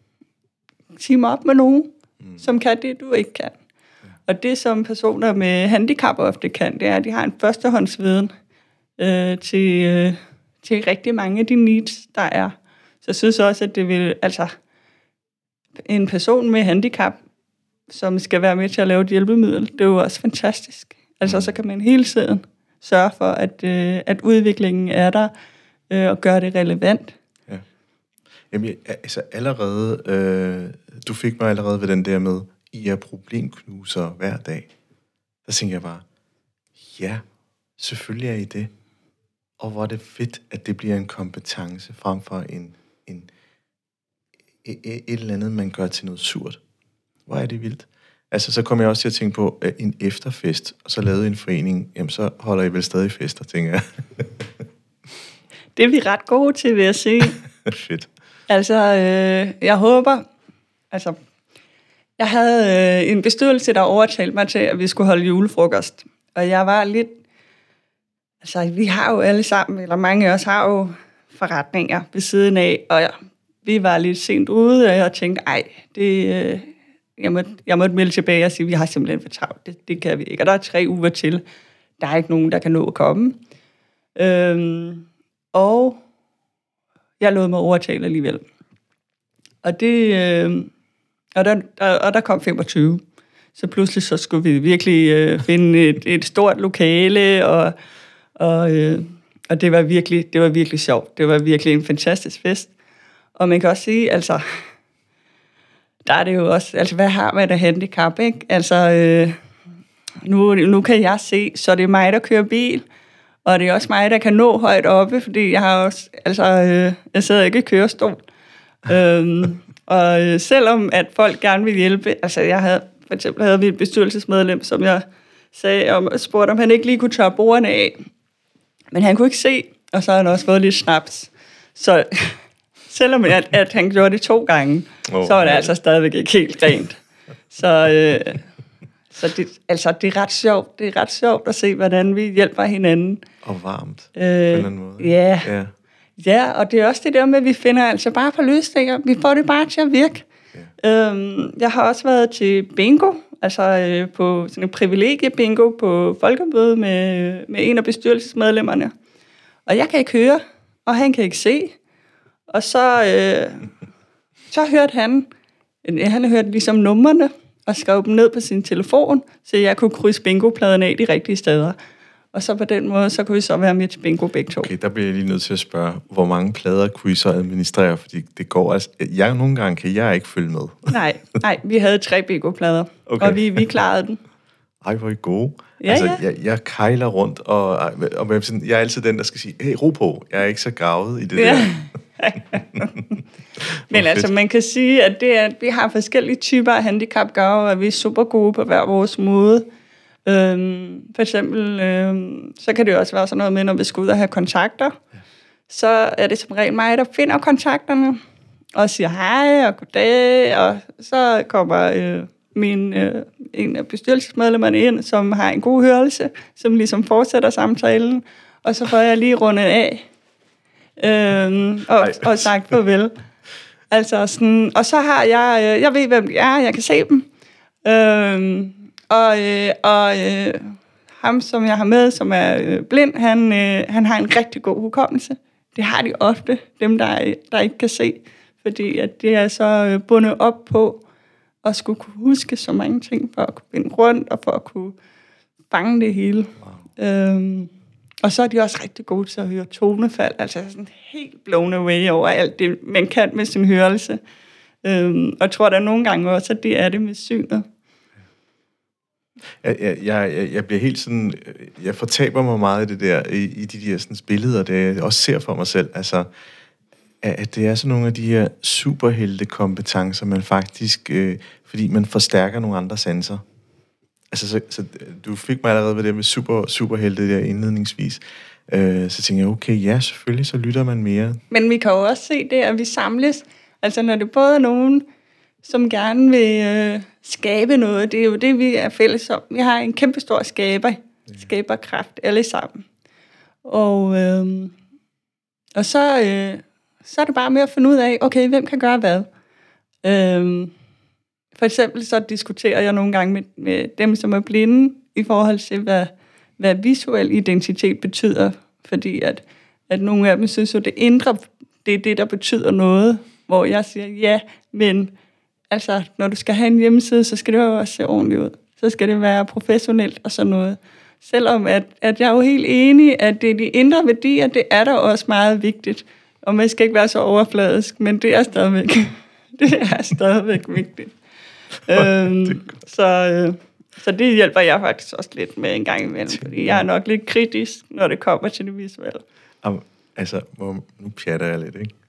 team op med nogen, mm. som kan det, du ikke kan. Ja. Og det, som personer med handicap ofte kan, det er, at de har en førstehåndsviden øh, til, øh, til rigtig mange af de needs, der er. Så jeg synes også, at det vil, altså, en person med handicap som skal være med til at lave et hjælpemiddel. Det er jo også fantastisk. Altså, så kan man hele tiden sørge for, at, øh, at udviklingen er der, øh, og gøre det relevant. Ja. Jamen, altså allerede, øh, du fik mig allerede ved den der med, I er problemknuser hver dag. Der tænker jeg bare, ja, selvfølgelig er I det. Og hvor er det fedt, at det bliver en kompetence frem for en, en, et, et eller andet, man gør til noget surt. Hvor er det vildt. Altså, så kom jeg også til at tænke på at en efterfest, og så lavede en forening, jamen så holder I vel stadig fester, tænker jeg. Det er vi ret gode til, vil jeg sige. Fedt. Altså, øh, jeg håber, altså, jeg havde øh, en bestyrelse, der overtalte mig til, at vi skulle holde julefrokost. Og jeg var lidt, altså, vi har jo alle sammen, eller mange af os har jo forretninger ved siden af, og ja, vi var lidt sent ude, og jeg tænkte, ej, det, øh, jeg, måtte, jeg måtte melde tilbage og sige, vi har simpelthen for travlt, det, det kan vi ikke. Og der er tre uger til, der er ikke nogen, der kan nå at komme. Øhm, og jeg lod mig overtale alligevel. Og det, øh, og, der, der, og der kom femogtyve. Så pludselig så skulle vi virkelig øh, finde et, et stort lokale, og, og, øh, og det var virkelig, det var virkelig sjovt. Det var virkelig en fantastisk fest. Og man kan også sige, altså, der er det jo også, altså, hvad har man af handicap, ikke? Altså, øh, nu, nu kan jeg se, så det er mig, der kører bil, og det er også mig, der kan nå højt oppe, fordi jeg har også, altså, øh, jeg sidder ikke i kørestol. øhm, og øh, selvom at folk gerne vil hjælpe, altså, jeg havde, for eksempel havde vi et bestyrelsesmedlem, som jeg sagde, om, spurgte, om han ikke lige kunne tørre bordene af. Men han kunne ikke se, og så har han også fået lidt snaps. Så selvom at, at han gjorde det to gange, oh, så var det ja. altså stadigvæk ikke helt rent. Så, øh, så det, altså, det er ret sjovt. Det er ret sjovt at se, hvordan vi hjælper hinanden. Og varmt, øh, på en eller anden måde. Ja. ja. Ja, og det er også det der med, at vi finder altså bare på løsninger. Vi får det bare til at virke. Ja. Øhm, jeg har også været til bingo, altså øh, på sådan en privilegie-bingo på folkemøde med, med en af bestyrelsesmedlemmerne. Og jeg kan ikke høre, og han kan ikke se. Og så, øh, så hørte han, han hørte ligesom numrene, og skrev dem ned på sin telefon, så jeg kunne krydse bingo-pladen af de rigtige steder. Og så på den måde, så kunne vi så være med til bingo begge to. Okay, der bliver jeg lige nødt til at spørge, hvor mange plader kunne I så administrere? Fordi det går altså... Jeg, nogle gange kan jeg ikke følge med. nej, nej, vi havde tre bingo-plader, okay. Og vi, vi klarede den. Ej, hvor er I gode. Ja, altså, ja. Jeg, jeg kejler rundt, og, og jeg er altid den, der skal sige, hey, ro på, jeg er ikke så gavet i det ja. der. Men altså, man kan sige, at, det er, at vi har forskellige typer af handicapgaver, og vi er super gode på hver vores måde. Øhm, for eksempel, øhm, så kan det jo også være sådan noget med, når vi skal ud og have kontakter, ja. Så er det som regel mig, der finder kontakterne, og siger hej og goddag, og så kommer øh, min, øh, en af bestyrelsesmedlemmerne ind, som har en god hørelse, som ligesom fortsætter samtalen, og så får jeg lige rundet af, øhm, og, og sagt farvel. Altså sådan, og så har jeg, øh, jeg ved, hvem de er, jeg kan se dem, øhm, Og, øh, og øh, ham, som jeg har med, som er øh, blind, han, øh, han har en rigtig god hukommelse. Det har de ofte, dem der, der ikke kan se, fordi at det er så øh, bundet op på at skulle kunne huske så mange ting, for at kunne vende rundt og for at kunne fange det hele. Wow. Øhm, og så er de også rigtig gode til at høre tonefald, altså sådan helt blown away over alt det, man kan med sin hørelse. Øhm, og jeg tror der nogle gange også, at det er det med synet. Jeg, jeg, jeg, jeg bliver helt sådan, jeg fortaber mig meget i det der, i, i de der sådan billeder, det jeg også ser for mig selv, altså, at det er sådan nogle af de her superheltekompetencer, man faktisk, øh, fordi man forstærker nogle andre sanser. Altså, så, så du fik mig allerede ved det med super, superhelte der indledningsvis, øh, så tænker jeg, okay, ja, selvfølgelig, så lytter man mere. Men vi kan jo også se det, at vi samles, altså når det både er nogen, som gerne vil øh, skabe noget. Det er jo det, vi er fælles om. Vi har en kæmpe stor skaber, skaberkraft alle sammen. Og, øh, og så, øh, så er det bare med at finde ud af, okay, hvem kan gøre hvad? Øh, for eksempel så diskuterer jeg nogle gange med, med dem, som er blinde, i forhold til, hvad, hvad visuel identitet betyder. Fordi at, at nogle af dem synes jo, det indre, det er det, der betyder noget. Hvor jeg siger, ja, men altså, når du skal have en hjemmeside, så skal det jo også se ordentligt ud. Så skal det være professionelt og sådan noget. Selvom at, at jeg er jo helt enig, at det er de indre værdier, det er der også meget vigtigt. Og man skal ikke være så overfladisk, men det er stadigvæk, det er stadigvæk vigtigt. øhm, så, øh, så det hjælper jeg faktisk også lidt med en gang imellem, fordi jeg er nok lidt kritisk, når det kommer til det visuelle. Um, altså, nu pjatter jeg lidt, ikke?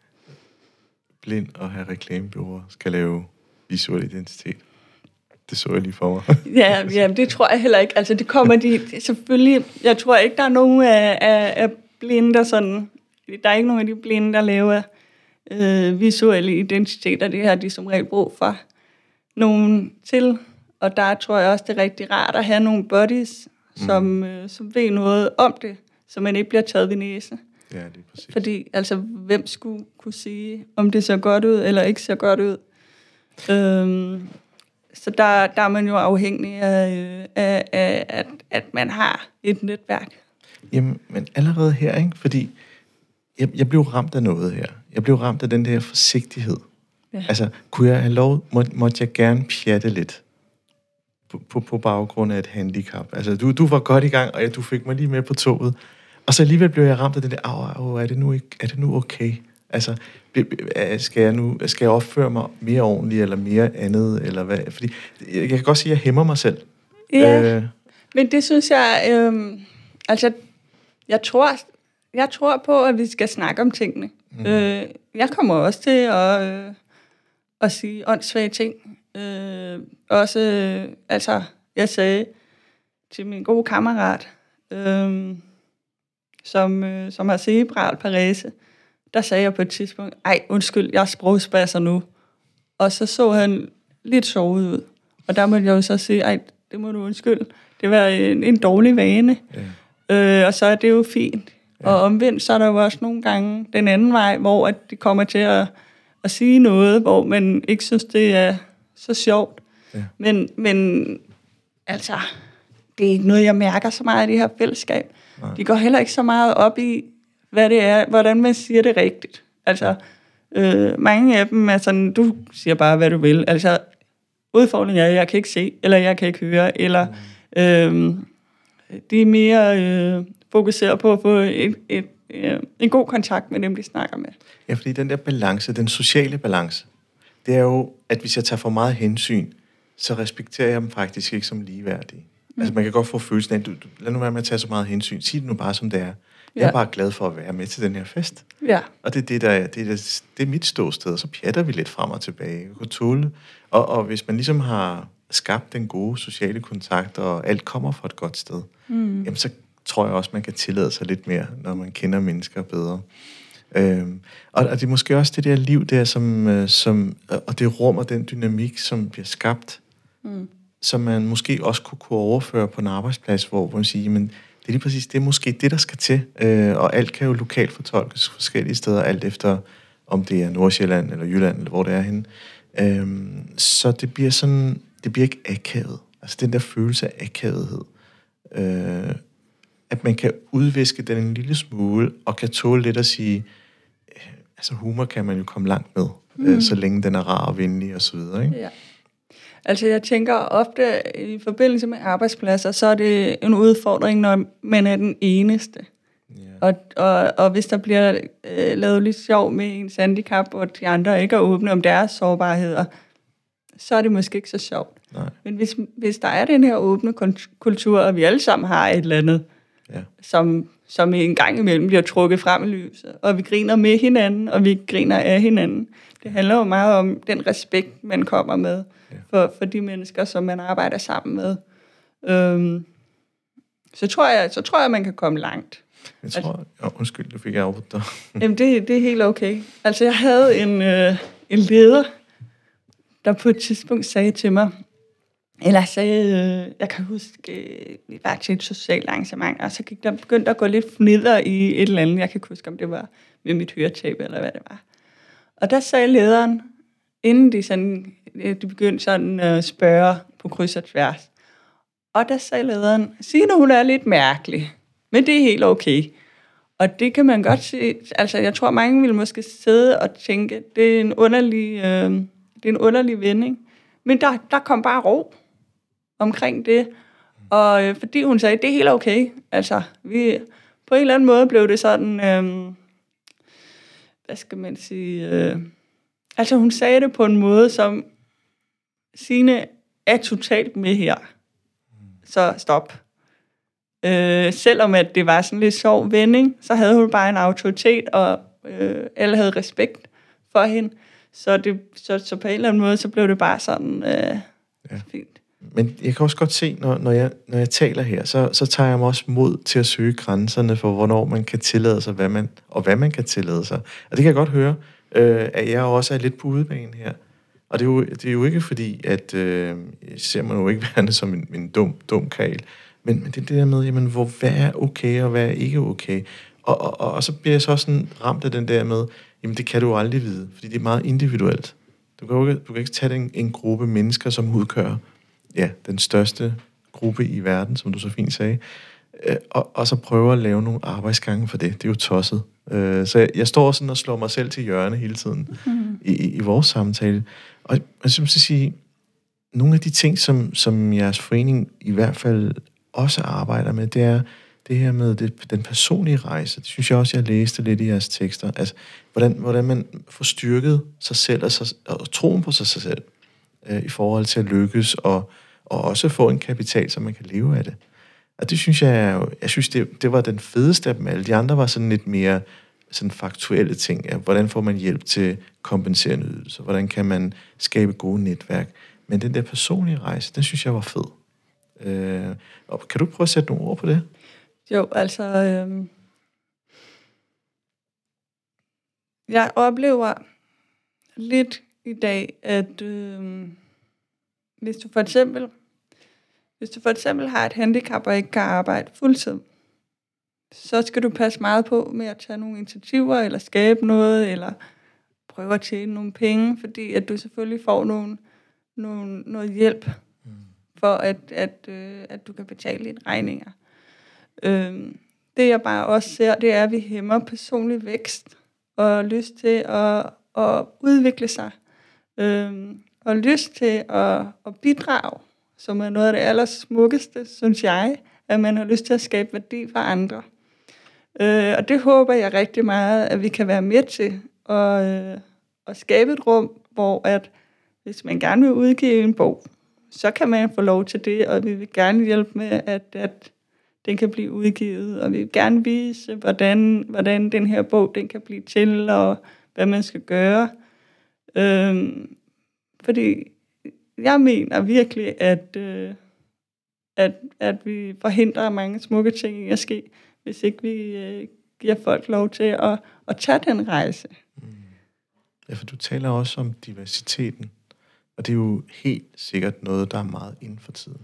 Blind og have reklamebureauer skal lave visuel identitet. Det så jeg lige for mig. ja, ja, det tror jeg heller ikke. Altså, det kommer de selvfølgelig. Jeg tror ikke, der er nogen af, af, af blinde, der sådan. Der er ikke nogen af de blinde, der laver øh, visuelle identiteter. Det har de som regel brug for nogen til. Og der tror jeg også, det er rigtig rart at have nogle buddies, mm. som, øh, som ved noget om det, så man ikke bliver taget ved næse. Ja, det er præcis. Fordi, altså, hvem skulle kunne sige, om det ser godt ud, eller ikke ser godt ud? Øhm, så der, der er man jo afhængig af, af, af at, at man har et netværk. Jamen, men allerede her, ikke? Fordi jeg, jeg blev ramt af noget her. Jeg blev ramt af den der forsigtighed. Ja. Altså, kunne jeg have lov, må, måtte jeg gerne pjatte lidt på, på, på baggrund af et handicap. Altså, du, du var godt i gang, og ja, du fik mig lige med på toget. Og så alligevel blev jeg ramt af det der, au, au, er det nu, ikke, er det nu okay? Altså, skal jeg nu skal jeg opføre mig mere ordentligt, eller mere andet, eller hvad? Fordi jeg kan godt sige, at jeg hæmmer mig selv. Ja, øh. men det synes jeg, øh, altså, jeg tror, jeg tror på, at vi skal snakke om tingene. Mm. Øh, jeg kommer også til at, øh, at sige åndssvage ting. Øh, også, øh, altså, jeg sagde til min gode kammerat, øh, som, øh, som har cerebral parese, der sagde jeg på et tidspunkt, ej, undskyld, jeg sprogspasser nu. Og så så han lidt sovet ud. Og der måtte jeg jo så sige, ej, det må du undskylde. Det var en, en dårlig vane. Ja. Øh, og så er det jo fint. Ja. Og omvendt, så er der jo også nogle gange den anden vej, hvor at det kommer til at, at sige noget, hvor man ikke synes, det er så sjovt. Ja. Men, men altså, det er ikke noget, jeg mærker så meget i det her fællesskab. Nej. De går heller ikke så meget op i, hvad det er, hvordan man siger det rigtigt. Altså, øh, mange af dem er sådan, du siger bare, hvad du vil. Altså, udfordringen er, jeg kan ikke se, eller jeg kan ikke høre, eller mm. øh, de er mere øh, fokuseret på at få et, et, et, en god kontakt med dem, de snakker med. Ja, fordi den der balance, den sociale balance, det er jo, at hvis jeg tager for meget hensyn, så respekterer jeg dem faktisk ikke som ligeværdige. Mm. Altså, man kan godt få følelsen af, du, du, lad nu være med at tage så meget hensyn. Sig det nu bare, som det er. Jeg er ja. bare glad for at være med til den her fest. Ja. Og det er, det, der er, det, er, det er mit ståsted, og så pjatter vi lidt frem og tilbage. Vi kan tåle. Og, og hvis man ligesom har skabt den gode sociale kontakt, og alt kommer fra et godt sted, mm. jamen så tror jeg også, man kan tillade sig lidt mere, når man kender mennesker bedre. Øhm, og, og det er måske også det der liv der, som, som, og det rum og den dynamik, som bliver skabt, mm. som man måske også kunne, kunne overføre på en arbejdsplads, hvor man siger, men det er lige præcis, det er måske det, der skal til. Øh, og alt kan jo lokalt fortolkes forskellige steder, alt efter, om det er Nordsjælland eller Jylland, eller hvor det er henne. Øh, så det bliver sådan, det bliver ikke akavet. Altså den der følelse af akavethed. Øh, at man kan udviske den en lille smule, og kan tåle lidt at sige, øh, altså humor kan man jo komme langt med, mm. øh, så længe den er rar og venlig og så videre, ikke? Ja. Altså jeg tænker ofte i forbindelse med arbejdspladser, så er det en udfordring, når man er den eneste. Yeah. Og, og, og hvis der bliver øh, lavet lidt sjov med ens handicap, og de andre ikke er åbne om deres sårbarheder, så er det måske ikke så sjovt. Nej. Men hvis, hvis der er den her åbne kultur, og vi alle sammen har et eller andet, yeah. som, som en gang imellem bliver trukket frem i lyset, og vi griner med hinanden, og vi griner af hinanden. Det handler jo meget om den respekt, man kommer med. For, for de mennesker, som man arbejder sammen med. Øhm, så, tror jeg, så tror jeg, man kan komme langt. Jeg tror, altså, ja, undskyld, det fik jeg afbrudt dig. Jamen, det, det er helt okay. Altså, jeg havde en, øh, en leder, der på et tidspunkt sagde til mig, eller sagde, øh, jeg kan huske, øh, vi var til et socialt arrangement, og så gik der begyndte at gå lidt fnidder i et eller andet. Jeg kan ikke huske, om det var med mit høretab, eller hvad det var. Og der sagde lederen, inden de, sådan, de begyndte sådan at spørge på kryds og tværs. Og der sagde lederen, Signe, hun er lidt mærkelig, men det er helt okay. Og det kan man godt se, altså jeg tror mange vil måske sidde og tænke, det er en underlig, øh, det det er en underlig vending. Men der, der kom bare ro omkring det. Og øh, fordi hun sagde, det er helt okay. Altså, vi, på en eller anden måde blev det sådan, øh, hvad skal man sige, øh, altså hun sagde det på en måde, som Signe er totalt med her. Så stop. Øh, selvom at det var sådan lidt sjov vending, så havde hun bare en autoritet, og øh, alle havde respekt for hende. Så, det, så, så på en eller anden måde, så blev det bare sådan øh, ja. fint. Men jeg kan også godt se, når, når, jeg, når jeg taler her, så, så tager jeg mig også mod til at søge grænserne for, hvornår man kan tillade sig, hvad man, og hvad man kan tillade sig. Og det kan jeg godt høre, øh, at jeg også er lidt på udebane her. Og det er jo, det er jo ikke fordi, at øh, jeg ser mig jo ikke værende som en, en dum, dum kral, men, men det er det der med, jamen, hvor, hvad er okay, og hvad er ikke okay. Og, og, og, og så bliver jeg så sådan ramt af den der med, jamen det kan du aldrig vide, fordi det er meget individuelt. Du kan jo ikke, du kan ikke tage en, en gruppe mennesker, som udgør ja, den største gruppe i verden, som du så fint sagde, øh, og, og så prøve at lave nogle arbejdsgange for det. Det er jo tosset. Øh, så jeg, jeg står sådan og slår mig selv til hjørne hele tiden mm. i, i, i vores samtale. Og jeg synes at sige, nogle af de ting, som, som jeres forening i hvert fald også arbejder med, det er det her med det, den personlige rejse. Det synes jeg også, jeg læste lidt i jeres tekster. Altså, hvordan, hvordan man får styrket sig selv og, sig, og troen på sig selv øh, i forhold til at lykkes og, og også få en kapital, så man kan leve af det. Og det synes jeg, jeg synes, det, det var den fedeste af dem alle. De andre var sådan lidt mere sådan faktuelle ting. Ja, hvordan får man hjælp til kompenserende ydelser? Hvordan kan man skabe gode netværk? Men den der personlige rejse, den synes jeg var fed. Øh, og kan du prøve at sætte nogle ord på det? Jo, altså... Øh, jeg oplever lidt i dag, at øh, hvis du for eksempel hvis du for eksempel har et handicap og ikke kan arbejde fuldtid, så skal du passe meget på med at tage nogle initiativer, eller skabe noget, eller prøve at tjene nogle penge, fordi at du selvfølgelig får nogle, nogle, noget hjælp, mm. for at, at, øh, at du kan betale dine regninger. Øhm, det jeg bare også ser, det er, at vi hæmmer personlig vækst, og lyst til at, at udvikle sig, øhm, og lyst til at, at bidrage, som er noget af det allersmukkeste, synes jeg, at man har lyst til at skabe værdi for andre. Øh, og det håber jeg rigtig meget, at vi kan være med til at, øh, at skabe et rum, hvor at, hvis man gerne vil udgive en bog, så kan man få lov til det, og vi vil gerne hjælpe med, at, at den kan blive udgivet, og vi vil gerne vise, hvordan, hvordan den her bog den kan blive til, og hvad man skal gøre. Øh, fordi jeg mener virkelig, at, øh, at, at vi forhindrer mange smukke ting i at ske, hvis ikke vi øh, giver folk lov til at, at tage den rejse. Mm. Ja, for du taler også om diversiteten, og det er jo helt sikkert noget, der er meget inden for tiden.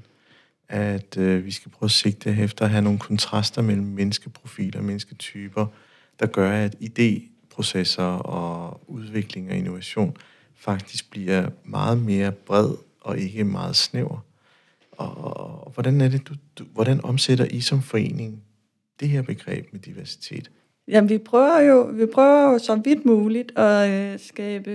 At øh, vi skal prøve at sigte efter at have nogle kontraster mellem menneskeprofiler og mennesketyper, der gør, at idéprocesser og udvikling og innovation faktisk bliver meget mere bred og ikke meget snæver. Og, og, og hvordan er det, du, du, hvordan omsætter I som forening det her begreb med diversitet? Jamen, vi prøver jo, vi prøver jo så vidt muligt at øh, skabe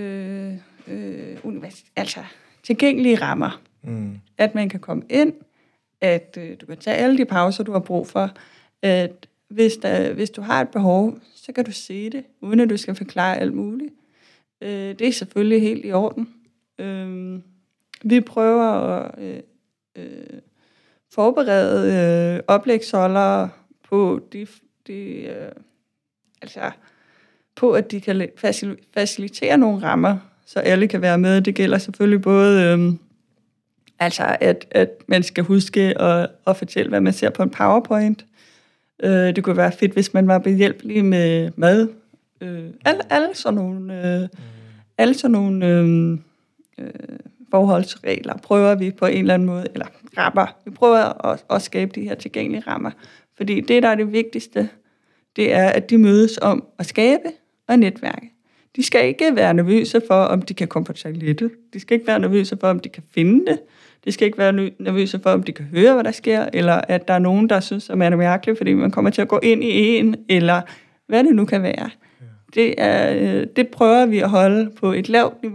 øh, univers- altså tilgængelige rammer. Mm. At man kan komme ind, at øh, du kan tage alle de pauser, du har brug for. At hvis, der, hvis du har et behov, så kan du se det, uden at du skal forklare alt muligt. Øh, det er selvfølgelig helt i orden. Øh, vi prøver at øh, øh, forberede øh, oplægsholdere på de, de øh, altså på at de kan facil- facilitere nogle rammer, så alle kan være med. Det gælder selvfølgelig både øh, altså at, at man skal huske at, at fortælle, hvad man ser på en PowerPoint. Øh, det kunne være fedt, hvis man var behjælpelig med mad. Øh, alle, alle sådan nogle øh, alle sådan nogle øh, øh, forholdsregler prøver vi på en eller anden måde, eller rammer. Vi prøver at, at skabe de her tilgængelige rammer. Fordi det, der er det vigtigste, det er, at de mødes om at skabe og netværke. De skal ikke være nervøse for, om de kan komme på toilettet. De skal ikke være nervøse for, om de kan finde det. De skal ikke være nervøse for, om de kan høre, hvad der sker, eller at der er nogen, der synes, at man er mærkelig, fordi man kommer til at gå ind i en, eller hvad det nu kan være. Det, er, det prøver vi at holde på et lavt niveau,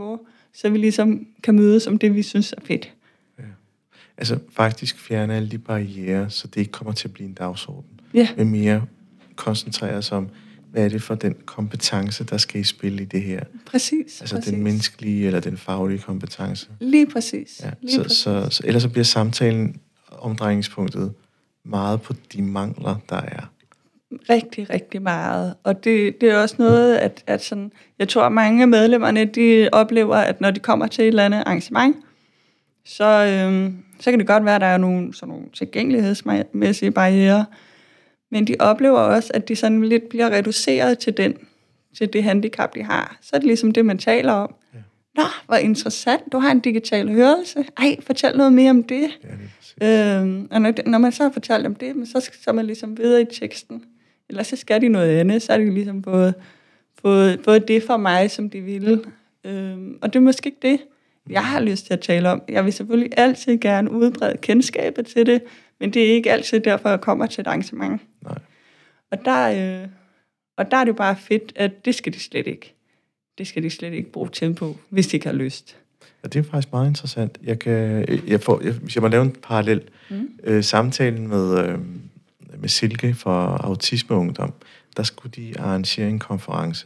så vi ligesom kan mødes om det, vi synes er fedt. Ja. Altså faktisk fjerne alle de barrierer, så det ikke kommer til at blive en dagsorden. Ja. Men mere koncentrere sig om, hvad er det for den kompetence, der skal i spil i det her? Præcis. Altså præcis. den menneskelige eller den faglige kompetence. Lige præcis. Ja. Lige Så, præcis. så, så ellers så bliver samtalen omdrejningspunktet meget på de mangler, der er. Rigtig, rigtig meget. Og det, det er også noget, at, at sådan, jeg tror, at mange af medlemmerne, de oplever, at når de kommer til et eller andet arrangement, så, øhm, så kan det godt være, at der er nogle, sådan nogle tilgængelighedsmæssige barrierer, men de oplever også, at de sådan lidt bliver reduceret til, den, til det handicap, de har. Så er det ligesom det, man taler om. Ja. Nå, hvor interessant, du har en digital hørelse. Ej, fortæl noget mere om det. Ja, øhm, og når, når man så har fortalt om det, så skal så man ligesom videre i teksten. Eller så skal de noget andet, så er det ligesom fået, fået, fået det for mig, som de ville. Øhm, og det er måske ikke det, jeg har lyst til at tale om. Jeg vil selvfølgelig altid gerne udbrede kendskabet til det, men det er ikke altid derfor, jeg kommer til et arrangement. Nej. Og der, øh, og der er det bare fedt, at det skal de slet ikke. Det skal de slet ikke bruge tid på, hvis de ikke har lyst. Ja, det er faktisk meget interessant. Jeg kan, jeg får, jeg, hvis jeg må lave en parallel, mm. øh, samtalen med, øh, med Silke fra Autisme Ungdom, der skulle de arrangere en konference.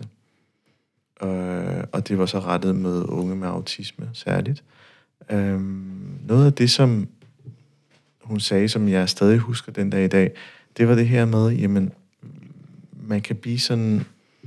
Øh, og det var så rettet med unge med autisme særligt. Øh, noget af det, som hun sagde, som jeg stadig husker den dag i dag, det var det her med, jamen, man kan blive sådan,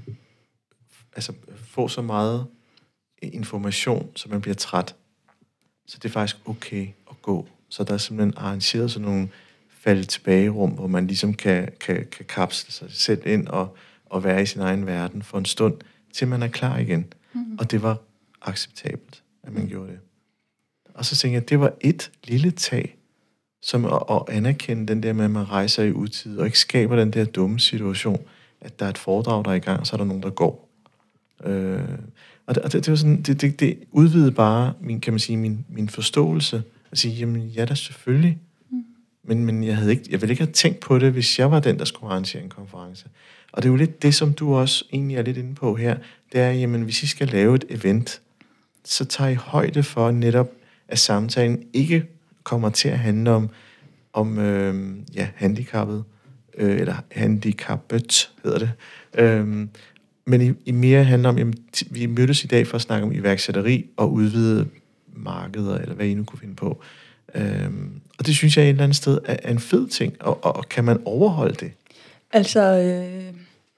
altså få så meget information, så man bliver træt. Så det er faktisk okay at gå. Så der er simpelthen arrangeret sådan nogle falde tilbage rum, hvor man ligesom kan, kan, kan kapsle sig selv ind og, og være i sin egen verden for en stund, til man er klar igen. Mm-hmm. Og det var acceptabelt, at man gjorde det. Og så tænkte jeg, at det var et lille tag, som at, at anerkende den der med, at man rejser i utid, og ikke skaber den der dumme situation, at der er et foredrag, der er i gang, så er der nogen, der går. Øh, og det, og det, det var sådan, det, det, det udvidede bare min, kan man sige, min, min forståelse, at sige, jamen ja, da selvfølgelig. Mm. Men, men jeg, havde ikke, jeg ville ikke have tænkt på det, hvis jeg var den, der skulle arrangere en konference. Og det er jo lidt det, som du også egentlig er lidt inde på her, det er, jamen hvis I skal lave et event, så tager I højde for netop, at samtalen ikke kommer til at handle om, om øh, ja, handicappet, øh, eller handicappet hedder det, øh, men i, i mere handler om, jamen, t- vi mødtes i dag for at snakke om iværksætteri og udvide markeder, eller hvad I nu kunne finde på. Øh, og det synes jeg et eller andet sted er, er en fed ting, og, og, og kan man overholde det? Altså, øh,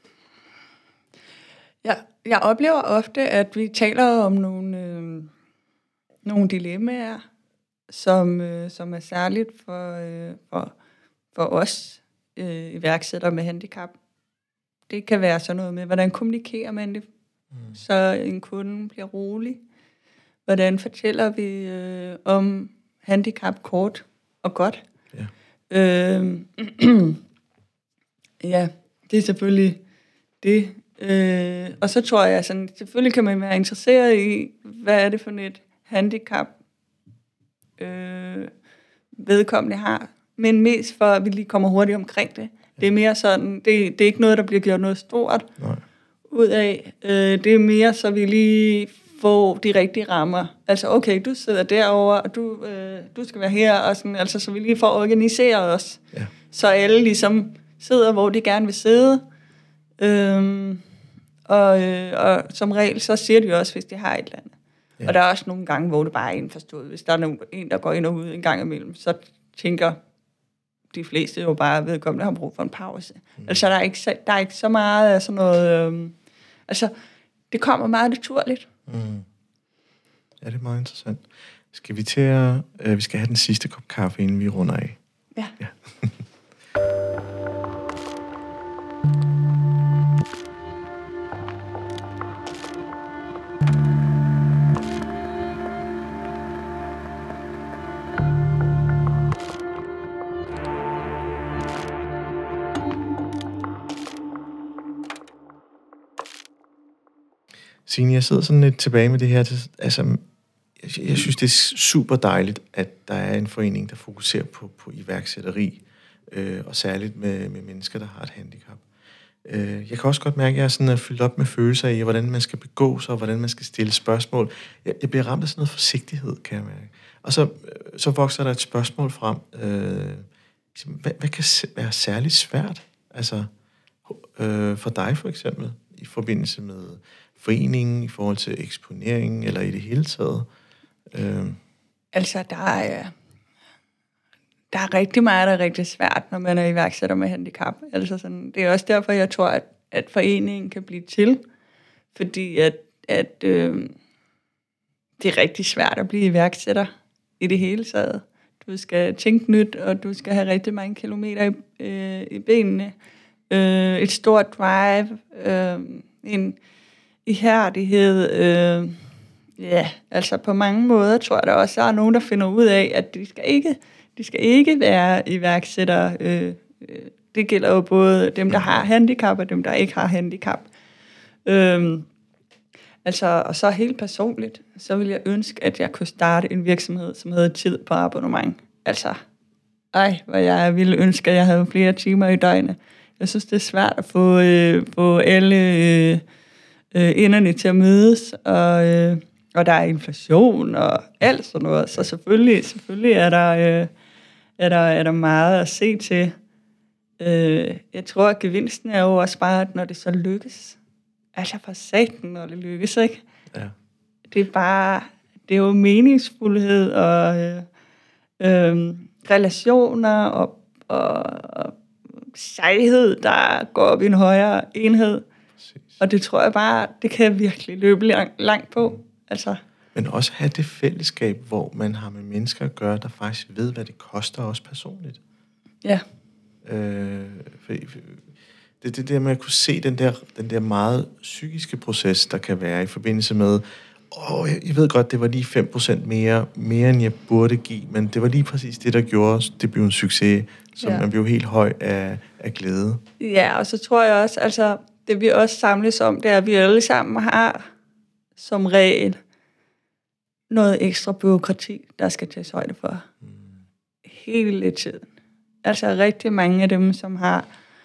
jeg, jeg oplever ofte, at vi taler om nogle, øh, nogle dilemmaer, som, øh, som er særligt for, øh, for, for os øh, iværksættere med handicap. Det kan være sådan noget med, hvordan kommunikerer man det, mm. så en kunde bliver rolig. Hvordan fortæller vi øh, om handicap kort og godt. Ja, øh, ja det er selvfølgelig det. Øh, og så tror jeg, sådan, selvfølgelig kan man være interesseret i, hvad er det for et handicap, øh, vedkommende har. Men mest for, at vi lige kommer hurtigt omkring det. Det er mere sådan, det, det er ikke noget, der bliver gjort noget stort Nej. ud af. Øh, det er mere, så vi lige får de rigtige rammer. Altså, okay, du sidder derovre, og du, øh, du skal være her, og sådan, altså, så vi lige får organiseret os. Ja. Så alle ligesom sidder, hvor de gerne vil sidde. Øhm, og, øh, og som regel, så siger de jo også, hvis de har et eller andet. Ja. Og der er også nogle gange, hvor det bare er indforstået. Hvis der er nogen, en, der går ind og ud en gang imellem, så tænker de fleste jo bare, at vedkommende har brug for en pause. Mm. Altså, der er, ikke, der er ikke så meget af sådan noget... Øhm, altså, det kommer meget naturligt. Mm. Ja, det er meget interessant. Skal vi til at... Øh, vi skal have den sidste kop kaffe, inden vi runder af. Ja. ja. Signe, jeg sidder sådan lidt tilbage med det her. Altså, jeg, jeg synes, det er super dejligt, at der er en forening, der fokuserer på, på iværksætteri, øh, og særligt med, med mennesker, der har et handicap. Øh, jeg kan også godt mærke, at jeg er sådan fyldt op med følelser i, hvordan man skal begå sig, og hvordan man skal stille spørgsmål. Jeg, jeg bliver ramt af sådan noget forsigtighed, kan jeg mærke. Og så, så vokser der et spørgsmål frem. Øh, hvad, hvad kan være særligt svært? Altså, øh, for dig for eksempel, i forbindelse med foreningen, i forhold til eksponeringen, eller i det hele taget? Øh. Altså, der er, der er rigtig meget, der er rigtig svært, når man er iværksætter med handicap. Altså sådan, det er også derfor, jeg tror, at, at foreningen kan blive til. Fordi at, at øh, det er rigtig svært at blive iværksætter i det hele taget. Du skal tænke nyt, og du skal have rigtig mange kilometer i, øh, i benene. Øh, et stort drive, øh, en ihærdighed. Øh, ja, altså på mange måder tror jeg, der også er nogen, der finder ud af, at de skal ikke, de skal ikke være iværksættere. Øh, det gælder jo både dem, der har handicap, og dem, der ikke har handicap. Øh, altså, og så helt personligt, så vil jeg ønske, at jeg kunne starte en virksomhed, som hedder Tid på abonnement. Altså, ej, hvor jeg ville ønske, at jeg havde flere timer i døgnet. Jeg synes, det er svært at få, øh, få alle øh, øh, enderne til at mødes, og, øh, og der er inflation og alt sådan noget. Så selvfølgelig, selvfølgelig er, der, øh, er, der, er der meget at se til. Øh, jeg tror, at gevinsten er jo også bare, at når det så lykkes. Altså for satan, når det lykkes, ikke? Ja. Det er bare, det er jo meningsfuldhed og øh, øh, relationer og, og, og sejhed, der går op i en højere enhed. Præcis. Og det tror jeg bare, det kan jeg virkelig løbe langt, langt på. Altså. Men også have det fællesskab, hvor man har med mennesker at gøre, der faktisk ved, hvad det koster også personligt. Ja. Øh, for, det, det der med at kunne se den der, den der meget psykiske proces, der kan være i forbindelse med, åh, jeg, jeg ved godt, det var lige fem procent mere, mere end jeg burde give, men det var lige præcis det, der gjorde, det blev en succes, så ja. Man blev helt høj af, af glæde. Ja, og så tror jeg også, altså, det vi også samles om, det er, at vi alle sammen har som regel noget ekstra bureaukrati, der skal tages højde for. Mm. Hele tiden. Altså rigtig mange af dem, som har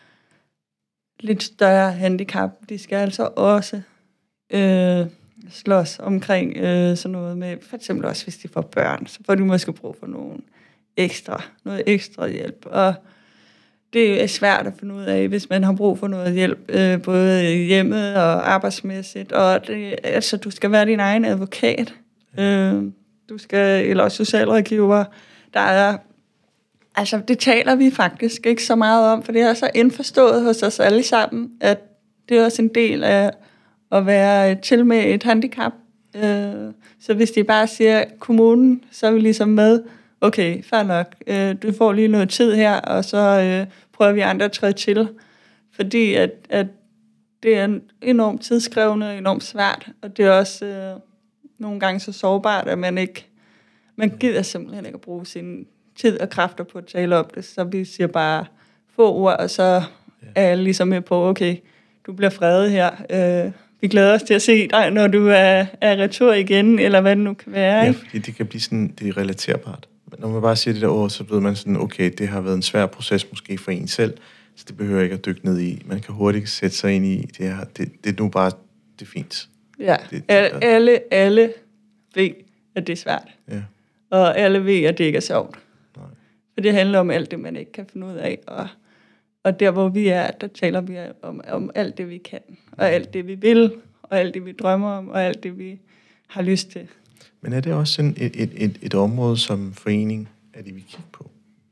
lidt større handicap, de skal altså også øh, slås omkring øh, sådan noget med, for eksempel også hvis de får børn, så får de måske brug for nogen ekstra, noget ekstra hjælp. Og det er svært at finde ud af, hvis man har brug for noget hjælp, øh, både i hjemmet og arbejdsmæssigt. Og det, altså, du skal være din egen advokat. Øh, du skal, eller også socialrådgiver. Der er, altså, det taler vi faktisk ikke så meget om, for det er så indforstået hos os alle sammen, at det er også en del af at være til med et handicap. Øh, så hvis de bare siger kommunen, så er vi ligesom med, okay, fair nok, øh, du får lige noget tid her, og så øh, prøver vi andre at træde til. Fordi at, at det er enormt tidskrævende og enormt svært, og det er også øh, nogle gange så sårbart, at man ikke, man gider simpelthen ikke at bruge sin tid og kræfter på at tale om det. Så vi siger bare få ord, og så er jeg ligesom med på, okay, du bliver fredet her. Øh, vi glæder os til at se dig, når du er, er retur igen, eller hvad det nu kan være. Ja, ikke? fordi det kan blive sådan, det er relaterbart. Når man bare siger det der ord, så ved man sådan, okay, det har været en svær proces måske for en selv, så det behøver ikke at dykke ned i. Man kan hurtigt sætte sig ind i, det, her, det, det er nu bare, det er fint. Ja, det, det, alle, alle, alle ved, at det er svært. Ja. Og alle ved, at det ikke er sjovt. Nej. For det handler om alt det, man ikke kan finde ud af. Og, og der, hvor vi er, der taler vi om, om alt det, vi kan. Og alt det, vi vil. Og alt det, vi drømmer om. Og alt det, vi har lyst til. Men er det også sådan et, et, et, et område som forening, at I vil kigge på?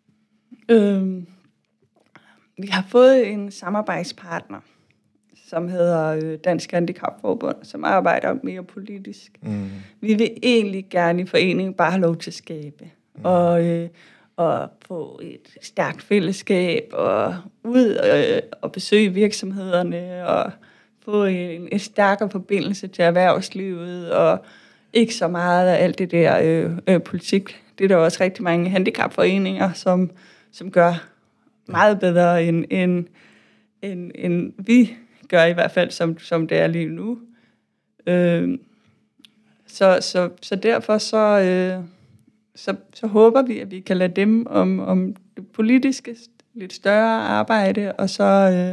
Øhm, vi har fået en samarbejdspartner, som hedder Dansk Handicapforbund, som arbejder mere politisk. Mm. Vi vil egentlig gerne i foreningen bare have lov til at skabe. Mm. Og, øh, og få et stærkt fællesskab, og ud øh, og besøge virksomhederne, og få en, en stærkere forbindelse til erhvervslivet, og ikke så meget af alt det der øh, øh, politik. Det er der også rigtig mange handicapforeninger, som, som gør meget bedre, end, end, end, end vi gør, i hvert fald, som, som det er lige nu. Øh, så, så, så derfor så, øh, så, så håber vi, at vi kan lade dem om, om det politiske lidt større arbejde, og så, øh,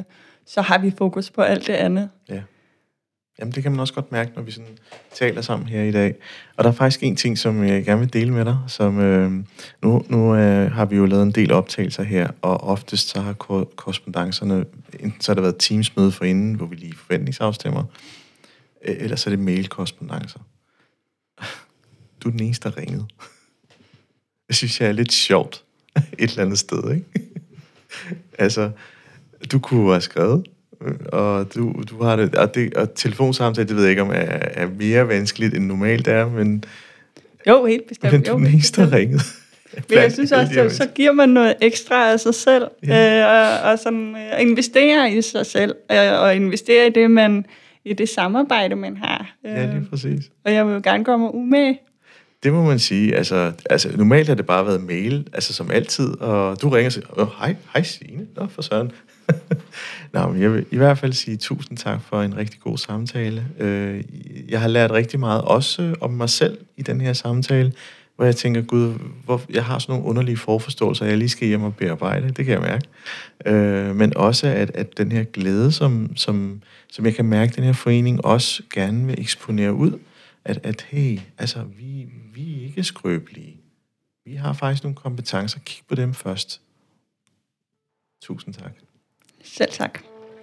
så har vi fokus på alt det andet. Ja. Jamen, det kan man også godt mærke, når vi sådan taler sammen her i dag. Og der er faktisk en ting, som jeg gerne vil dele med dig. Som, øh, nu nu øh, har vi jo lavet en del optagelser her, og oftest så har ko- korrespondancerne, enten så har der været Teams-møde for inden, hvor vi lige forventningsafstemmer, øh, eller så er det mail-korrespondancer. Du er den eneste, der ringede. Det synes jeg er lidt sjovt et eller andet sted, ikke? Altså, du kunne have skrevet, og du, du har det, og, det, og telefonsamtale, det ved jeg ikke, om er, er mere vanskeligt end normalt er, men... Jo, helt bestemt. Men du er den eneste, der ringede. Men jeg synes også, at så giver man noget ekstra af sig selv, ja. øh, og, og sådan, øh, investere i sig selv, øh, og investere i det, man, i det samarbejde, man har. Øh, ja, lige præcis. Og jeg vil jo gerne komme umage. Det må man sige. Altså, altså, normalt har det bare været mail, altså som altid, og du ringer og siger, åh, hej, hej Signe, nå for søren. Nå, men jeg vil i hvert fald sige tusind tak for en rigtig god samtale. Jeg har lært rigtig meget, også om mig selv i den her samtale, hvor jeg tænker, gud, hvor, jeg har sådan nogle underlige forforståelser, jeg lige skal hjem og bearbejde, det kan jeg mærke. Men også, at, at den her glæde, som, som, som jeg kan mærke, den her forening også gerne vil eksponere ud, at, at hey, altså, vi, vi er ikke skrøbelige. Vi har faktisk nogle kompetencer. Kig på dem først. Tusind tak. Selv tak.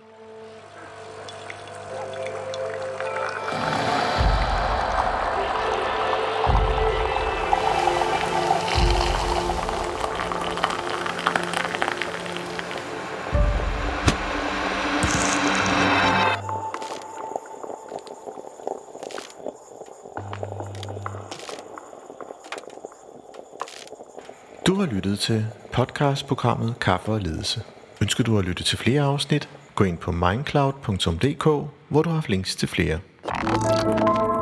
Du har lyttet til podcastprogrammet Kaffe og Ledelse. Ønsker du at lytte til flere afsnit? Gå ind på mindcloud punktum d k, hvor du har links til flere.